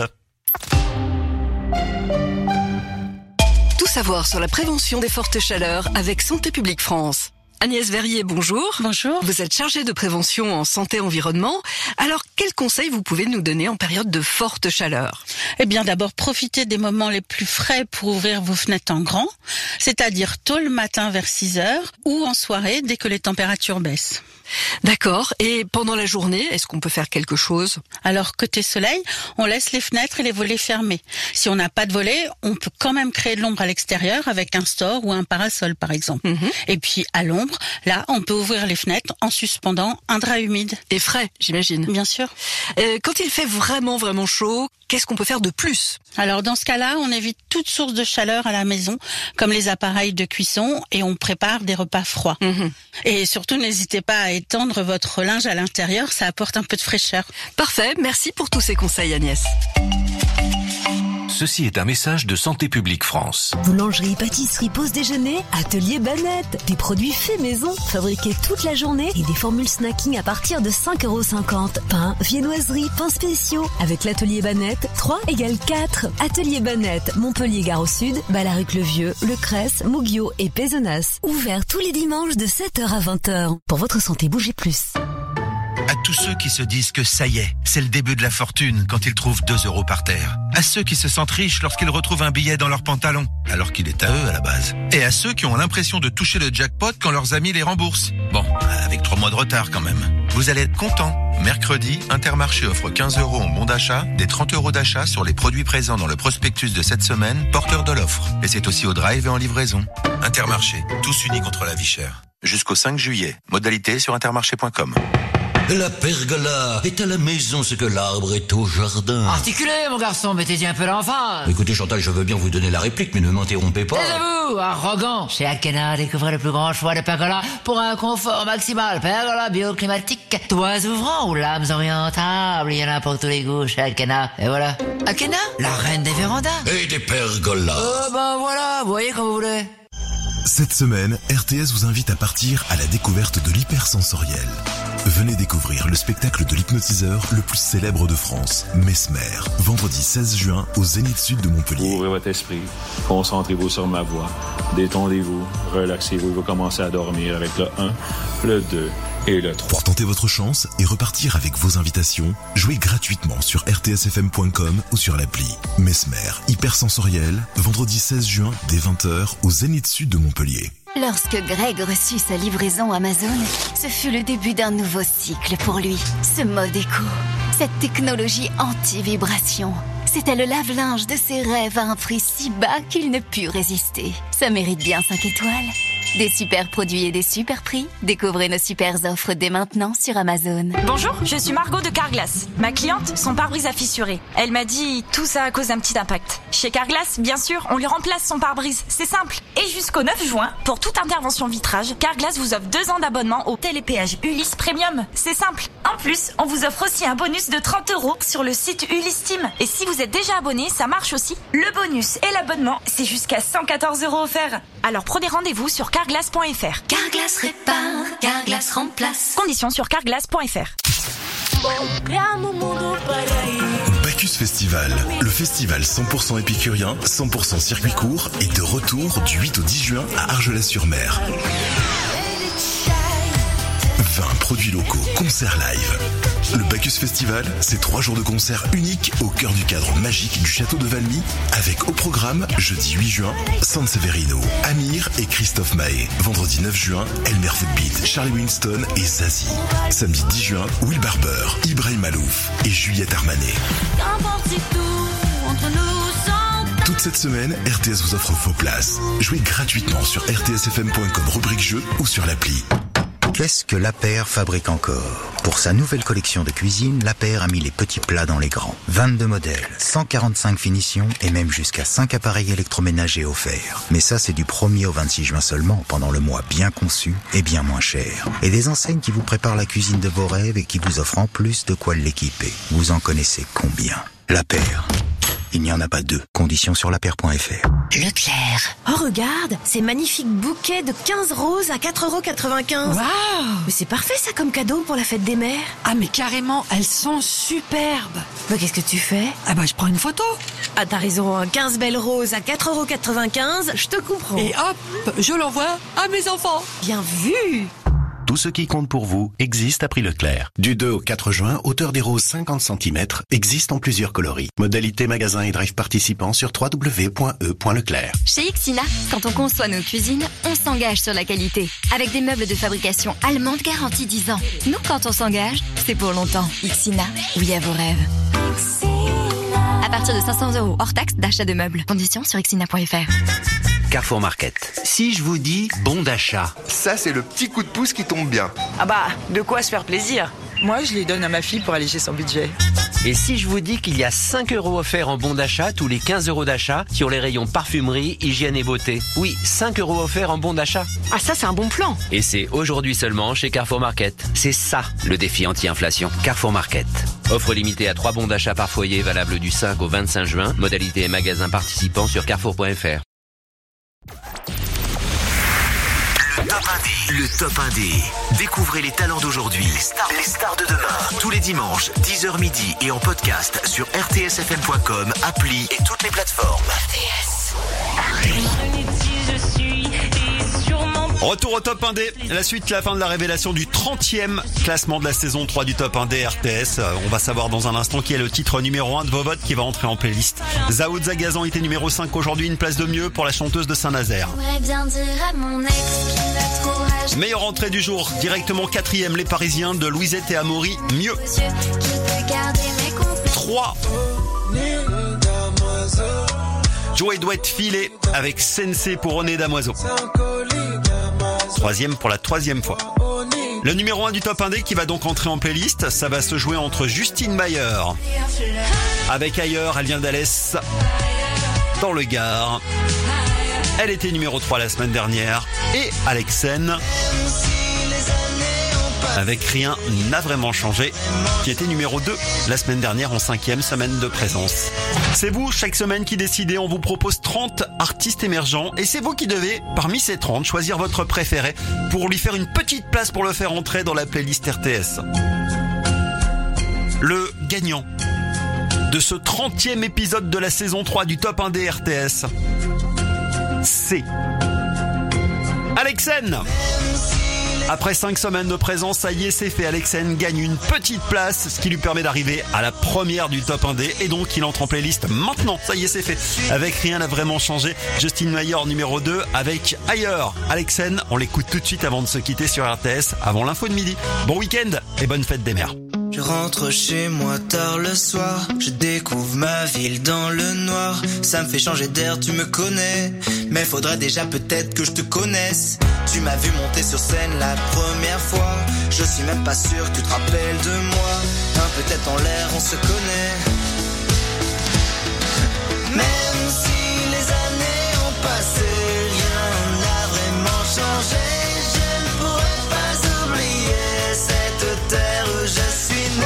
Tout savoir sur la prévention des fortes chaleurs avec Santé publique France. Agnès Verrier, bonjour. Bonjour. Vous êtes chargée de prévention en santé-environnement. Alors, quels conseils vous pouvez nous donner en période de forte chaleur? Eh bien, d'abord, profitez des moments les plus frais pour ouvrir vos fenêtres en grand, c'est-à-dire tôt le matin vers 6 heures ou en soirée dès que les températures baissent. D'accord. Et pendant la journée, est-ce qu'on peut faire quelque chose? Alors, côté soleil, on laisse les fenêtres et les volets fermés. Si on n'a pas de volets, on peut quand même créer de l'ombre à l'extérieur avec un store ou un parasol, par exemple. Et puis, à l'ombre, là, on peut ouvrir les fenêtres en suspendant un drap humide. Et frais, j'imagine. Bien sûr. Quand il fait vraiment chaud, qu'est-ce qu'on peut faire de plus? Alors, dans ce cas-là, on évite toute source de chaleur à la maison, comme les appareils de cuisson, et on prépare des repas froids. Et surtout, n'hésitez pas à étendre votre linge à l'intérieur, ça apporte un peu de fraîcheur. Parfait, merci pour tous ces conseils Agnès. Ceci est un message de Santé publique France. Boulangerie, pâtisserie, pause déjeuner, Atelier Banette. Des produits faits maison, fabriqués toute la journée et des formules snacking à partir de 5,50 €. Pain, viennoiserie, pains spéciaux. Avec l'Atelier Banette, 3 égale 4. Atelier Banette, Montpellier-Gare au Sud, Ballaruc-le-Vieux, Le Cresse, Mouguiot et Pézenas. Ouvert tous les dimanches de 7h à 20h. Pour votre santé, bougez plus. À tous ceux qui se disent que ça y est, c'est le début de la fortune quand ils trouvent 2 € par terre. À ceux qui se sentent riches lorsqu'ils retrouvent un billet dans leur pantalon, alors qu'il est à eux à la base. Et à ceux qui ont l'impression de toucher le jackpot quand leurs amis les remboursent. Bon, avec 3 mois de retard quand même. Vous allez être contents. Mercredi, Intermarché offre 15 € en bon d'achat, des 30 € d'achat sur les produits présents dans le prospectus de cette semaine, porteur de l'offre. Et c'est aussi au drive et en livraison. Intermarché, tous unis contre la vie chère. Jusqu'au 5 juillet. Modalité sur intermarché.com. La pergola est à la maison ce que l'arbre est au jardin. Articulez, mon garçon, mettez-y un peu l'enfant. Écoutez, Chantal, je veux bien vous donner la réplique, mais ne m'interrompez pas. Taisez-vous, arrogant. Chez Akena, découvrez le plus grand choix de pergola pour un confort maximal. Pergola bioclimatique, toits ouvrants ou lames orientables. Il y en a pour tous les goûts chez Akena. Et voilà. Akena, la reine des vérandas. Et des pergolas. Ben voilà, vous voyez comme vous voulez. Cette semaine, RTS vous invite à partir à la découverte de l'hypersensoriel. Venez découvrir le spectacle de l'hypnotiseur le plus célèbre de France, Mesmer, vendredi 16 juin au Zénith Sud de Montpellier. Ouvrez votre esprit, concentrez-vous sur ma voix, détendez-vous, relaxez-vous et vous commencez à dormir avec le 1, le 2 et le 3. Pour tenter votre chance et repartir avec vos invitations, jouez gratuitement sur rtsfm.com ou sur l'appli. Mesmer, hypersensoriel, vendredi 16 juin dès 20h au Zénith Sud de Montpellier. Lorsque Greg reçut sa livraison Amazon, ce fut le début d'un nouveau cycle pour lui. Ce mode éco, cette technologie anti-vibration, c'était le lave-linge de ses rêves à un prix si bas qu'il ne put résister. Ça mérite bien 5 étoiles. Des super produits et des super prix. Découvrez nos super offres dès maintenant sur Amazon. Bonjour, je suis Margot de Carglass. Ma cliente, son pare-brise a fissuré. Elle m'a dit tout ça à cause d'un petit impact. Chez Carglass, bien sûr, on lui remplace son pare-brise. C'est simple. Et jusqu'au 9 juin, pour toute intervention vitrage, Carglass vous offre 2 ans d'abonnement au télépéage Ulysse Premium. C'est simple. En plus, on vous offre aussi un bonus de 30 € sur le site Ulysse Team. Et si vous êtes déjà abonné, ça marche aussi. Le bonus et l'abonnement, c'est jusqu'à 114 € offerts. Alors prenez rendez-vous sur carglass.fr. Carglass répare, Carglass remplace. Conditions sur carglass.fr. Bacchus Festival, le festival 100% épicurien, 100% circuit court est de retour du 8 au 10 juin à Argelès-sur-Mer. 20 produits locaux, concerts live. Le Bacchus Festival, c'est 3 jours de concerts uniques au cœur du cadre magique du château de Valmy, avec au programme, jeudi 8 juin, Sanseverino, Amir et Christophe Mahé. Vendredi 9 juin, Elmer Footbeat, Charlie Winston et Zazie. Samedi 10 juin, Will Barber, Ibrahim Malouf et Juliette Armanet. Toute cette semaine, RTS vous offre vos places. Jouez gratuitement sur rtsfm.com rubrique jeux ou sur l'appli. Qu'est-ce que Lapeyre fabrique encore ? Pour sa nouvelle collection de cuisine, Lapeyre a mis les petits plats dans les grands. 22 modèles, 145 finitions et même jusqu'à 5 appareils électroménagers offerts. Mais ça, c'est du 1er au 26 juin seulement, pendant le mois bien conçu et bien moins cher. Et des enseignes qui vous préparent la cuisine de vos rêves et qui vous offrent en plus de quoi l'équiper. Vous en connaissez combien ? Lapeyre. Il n'y en a pas 2. Conditions sur lapeyre.fr. Leclerc. Oh regarde, ces magnifiques bouquets de 15 roses à 4,95 €. Waouh! Mais c'est parfait ça comme cadeau pour la fête des mères. Ah mais carrément, elles sont superbes. Bah qu'est-ce que tu fais? Ah bah je prends une photo. Ah t'as raison, 15 belles roses à 4,95 €, je te comprends. Et hop, je l'envoie à mes enfants. Bien vu! Tout ce qui compte pour vous existe à prix Leclerc. Du 2 au 4 juin, hauteur des roses 50 cm existe en plusieurs coloris. Modalité magasin et drive participants sur www.e.leclerc. Chez Ixina, quand on conçoit nos cuisines, on s'engage sur la qualité. Avec des meubles de fabrication allemande garantie 10 ans. Nous, quand on s'engage, c'est pour longtemps. Ixina, oui à vos rêves. À partir de 500 € hors taxe d'achat de meubles. Conditions sur ixina.fr. Carrefour Market. Si je vous dis bon d'achat. Ça, c'est le petit coup de pouce qui tombe bien. Ah bah, de quoi se faire plaisir. Moi, je les donne à ma fille pour alléger son budget. Et si je vous dis qu'il y a 5 € offerts en bon d'achat tous les 15 € d'achat sur les rayons parfumerie, hygiène et beauté? Oui, 5 € offerts en bon d'achat. Ah ça, c'est un bon plan. Et c'est aujourd'hui seulement chez Carrefour Market. C'est ça, le défi anti-inflation. Carrefour Market. Offre limitée à 3 bons d'achat par foyer, valable du 5 au 25 juin. Modalité et magasins participants sur carrefour.fr. Le Top 1D. Découvrez les talents d'aujourd'hui, les stars de demain. Tous les dimanches, 10h midi et en podcast sur rtsfm.com, appli et toutes les plateformes. Retour au Top 1D. La suite, la fin de la révélation du 30e classement de la saison 3 du Top 1D RTS. On va savoir dans un instant qui est le titre numéro 1 de vos votes qui va entrer en playlist. Zao Zagazan était numéro 5 aujourd'hui, une place de mieux pour la chanteuse de Saint-Nazaire. Meilleure entrée du jour, directement 4e, les Parisiens de Louisette et Amaury, mieux. 3. Joey doit être filé avec Sensei pour René Damoiseau. 3e pour la 3e fois. Le numéro 1 du Top 1D qui va donc entrer en playlist, ça va se jouer entre Justine Mayer avec Ailleurs, elle vient d'Alès dans le Gard. Elle était numéro 3 la semaine dernière. Et Alexen avec Rien n'a vraiment changé, qui était numéro 2 la semaine dernière en 5e semaine de présence. C'est vous, chaque semaine, qui décidez. On vous propose 30 artistes émergents et c'est vous qui devez, parmi ces 30, choisir votre préféré pour lui faire une petite place pour le faire entrer dans la playlist RTS. Le gagnant de ce 30e épisode de la saison 3 du Top 1D RTS, c'est Alexen. Après 5 semaines de présence, ça y est, c'est fait. Alexen gagne une petite place, ce qui lui permet d'arriver à la première du Top 1D. Et donc, il entre en playlist maintenant. Ça y est, c'est fait. Avec Rien n'a vraiment changé. Justine Mayer numéro 2 avec Ailleurs. Alexen, on l'écoute tout de suite avant de se quitter sur RTS, avant l'info de midi. Bon week-end et bonne fête des mères. Je rentre chez moi tard le soir, je découvre ma ville dans le noir. Ça me fait changer d'air, tu me connais, mais faudrait déjà peut-être que je te connaisse. Tu m'as vu monter sur scène la première fois, je suis même pas sûr que tu te rappelles de moi. Un peu tête en l'air, on se connaît. Même si les années ont passé, rien n'a vraiment changé. Je ne pourrais pas oublier cette terre où je suis né.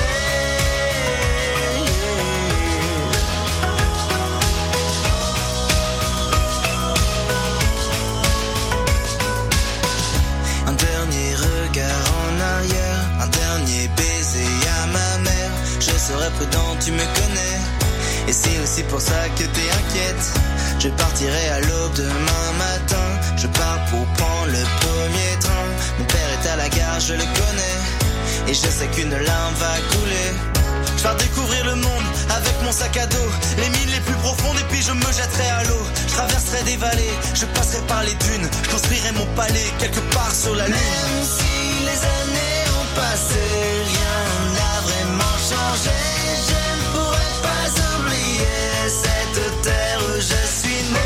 Un dernier regard en arrière, un dernier baiser à ma mère. Je serai prudent, tu me connais, et c'est aussi pour ça que t'es inquiète. Je partirai à l'aube demain matin, je pars pour prendre le premier train. Mon père est à la gare, je le connais, et je sais qu'une larme va couler. Je pars découvrir le monde avec mon sac à dos, les mines les plus profondes, et puis je me jetterai à l'eau. Je traverserai des vallées, je passerai par les dunes, je construirai mon palais quelque part sur la lune. Même si les années ont passé, rien n'a vraiment changé. Je ne pourrais pas oublier cette terre où je suis né.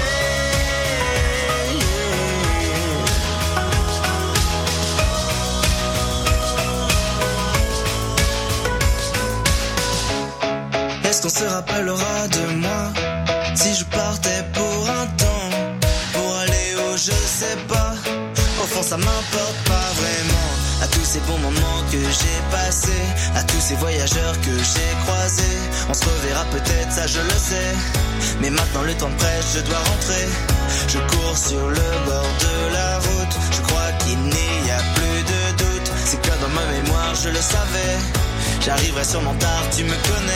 Est-ce qu'on se rappellera de moi si je partais pour un temps, pour aller où je sais pas? Au fond ça m'importe pas vraiment. À tous ces bons moments que j'ai passés, à tous ces voyageurs que j'ai croisés. On se reverra peut-être, ça je le sais, mais maintenant le temps presse, je dois rentrer. Je cours sur le bord de la route, je crois qu'il n'y a plus de doute. C'est que dans ma mémoire je le savais, j'arriverai sûrement tard, tu me connais.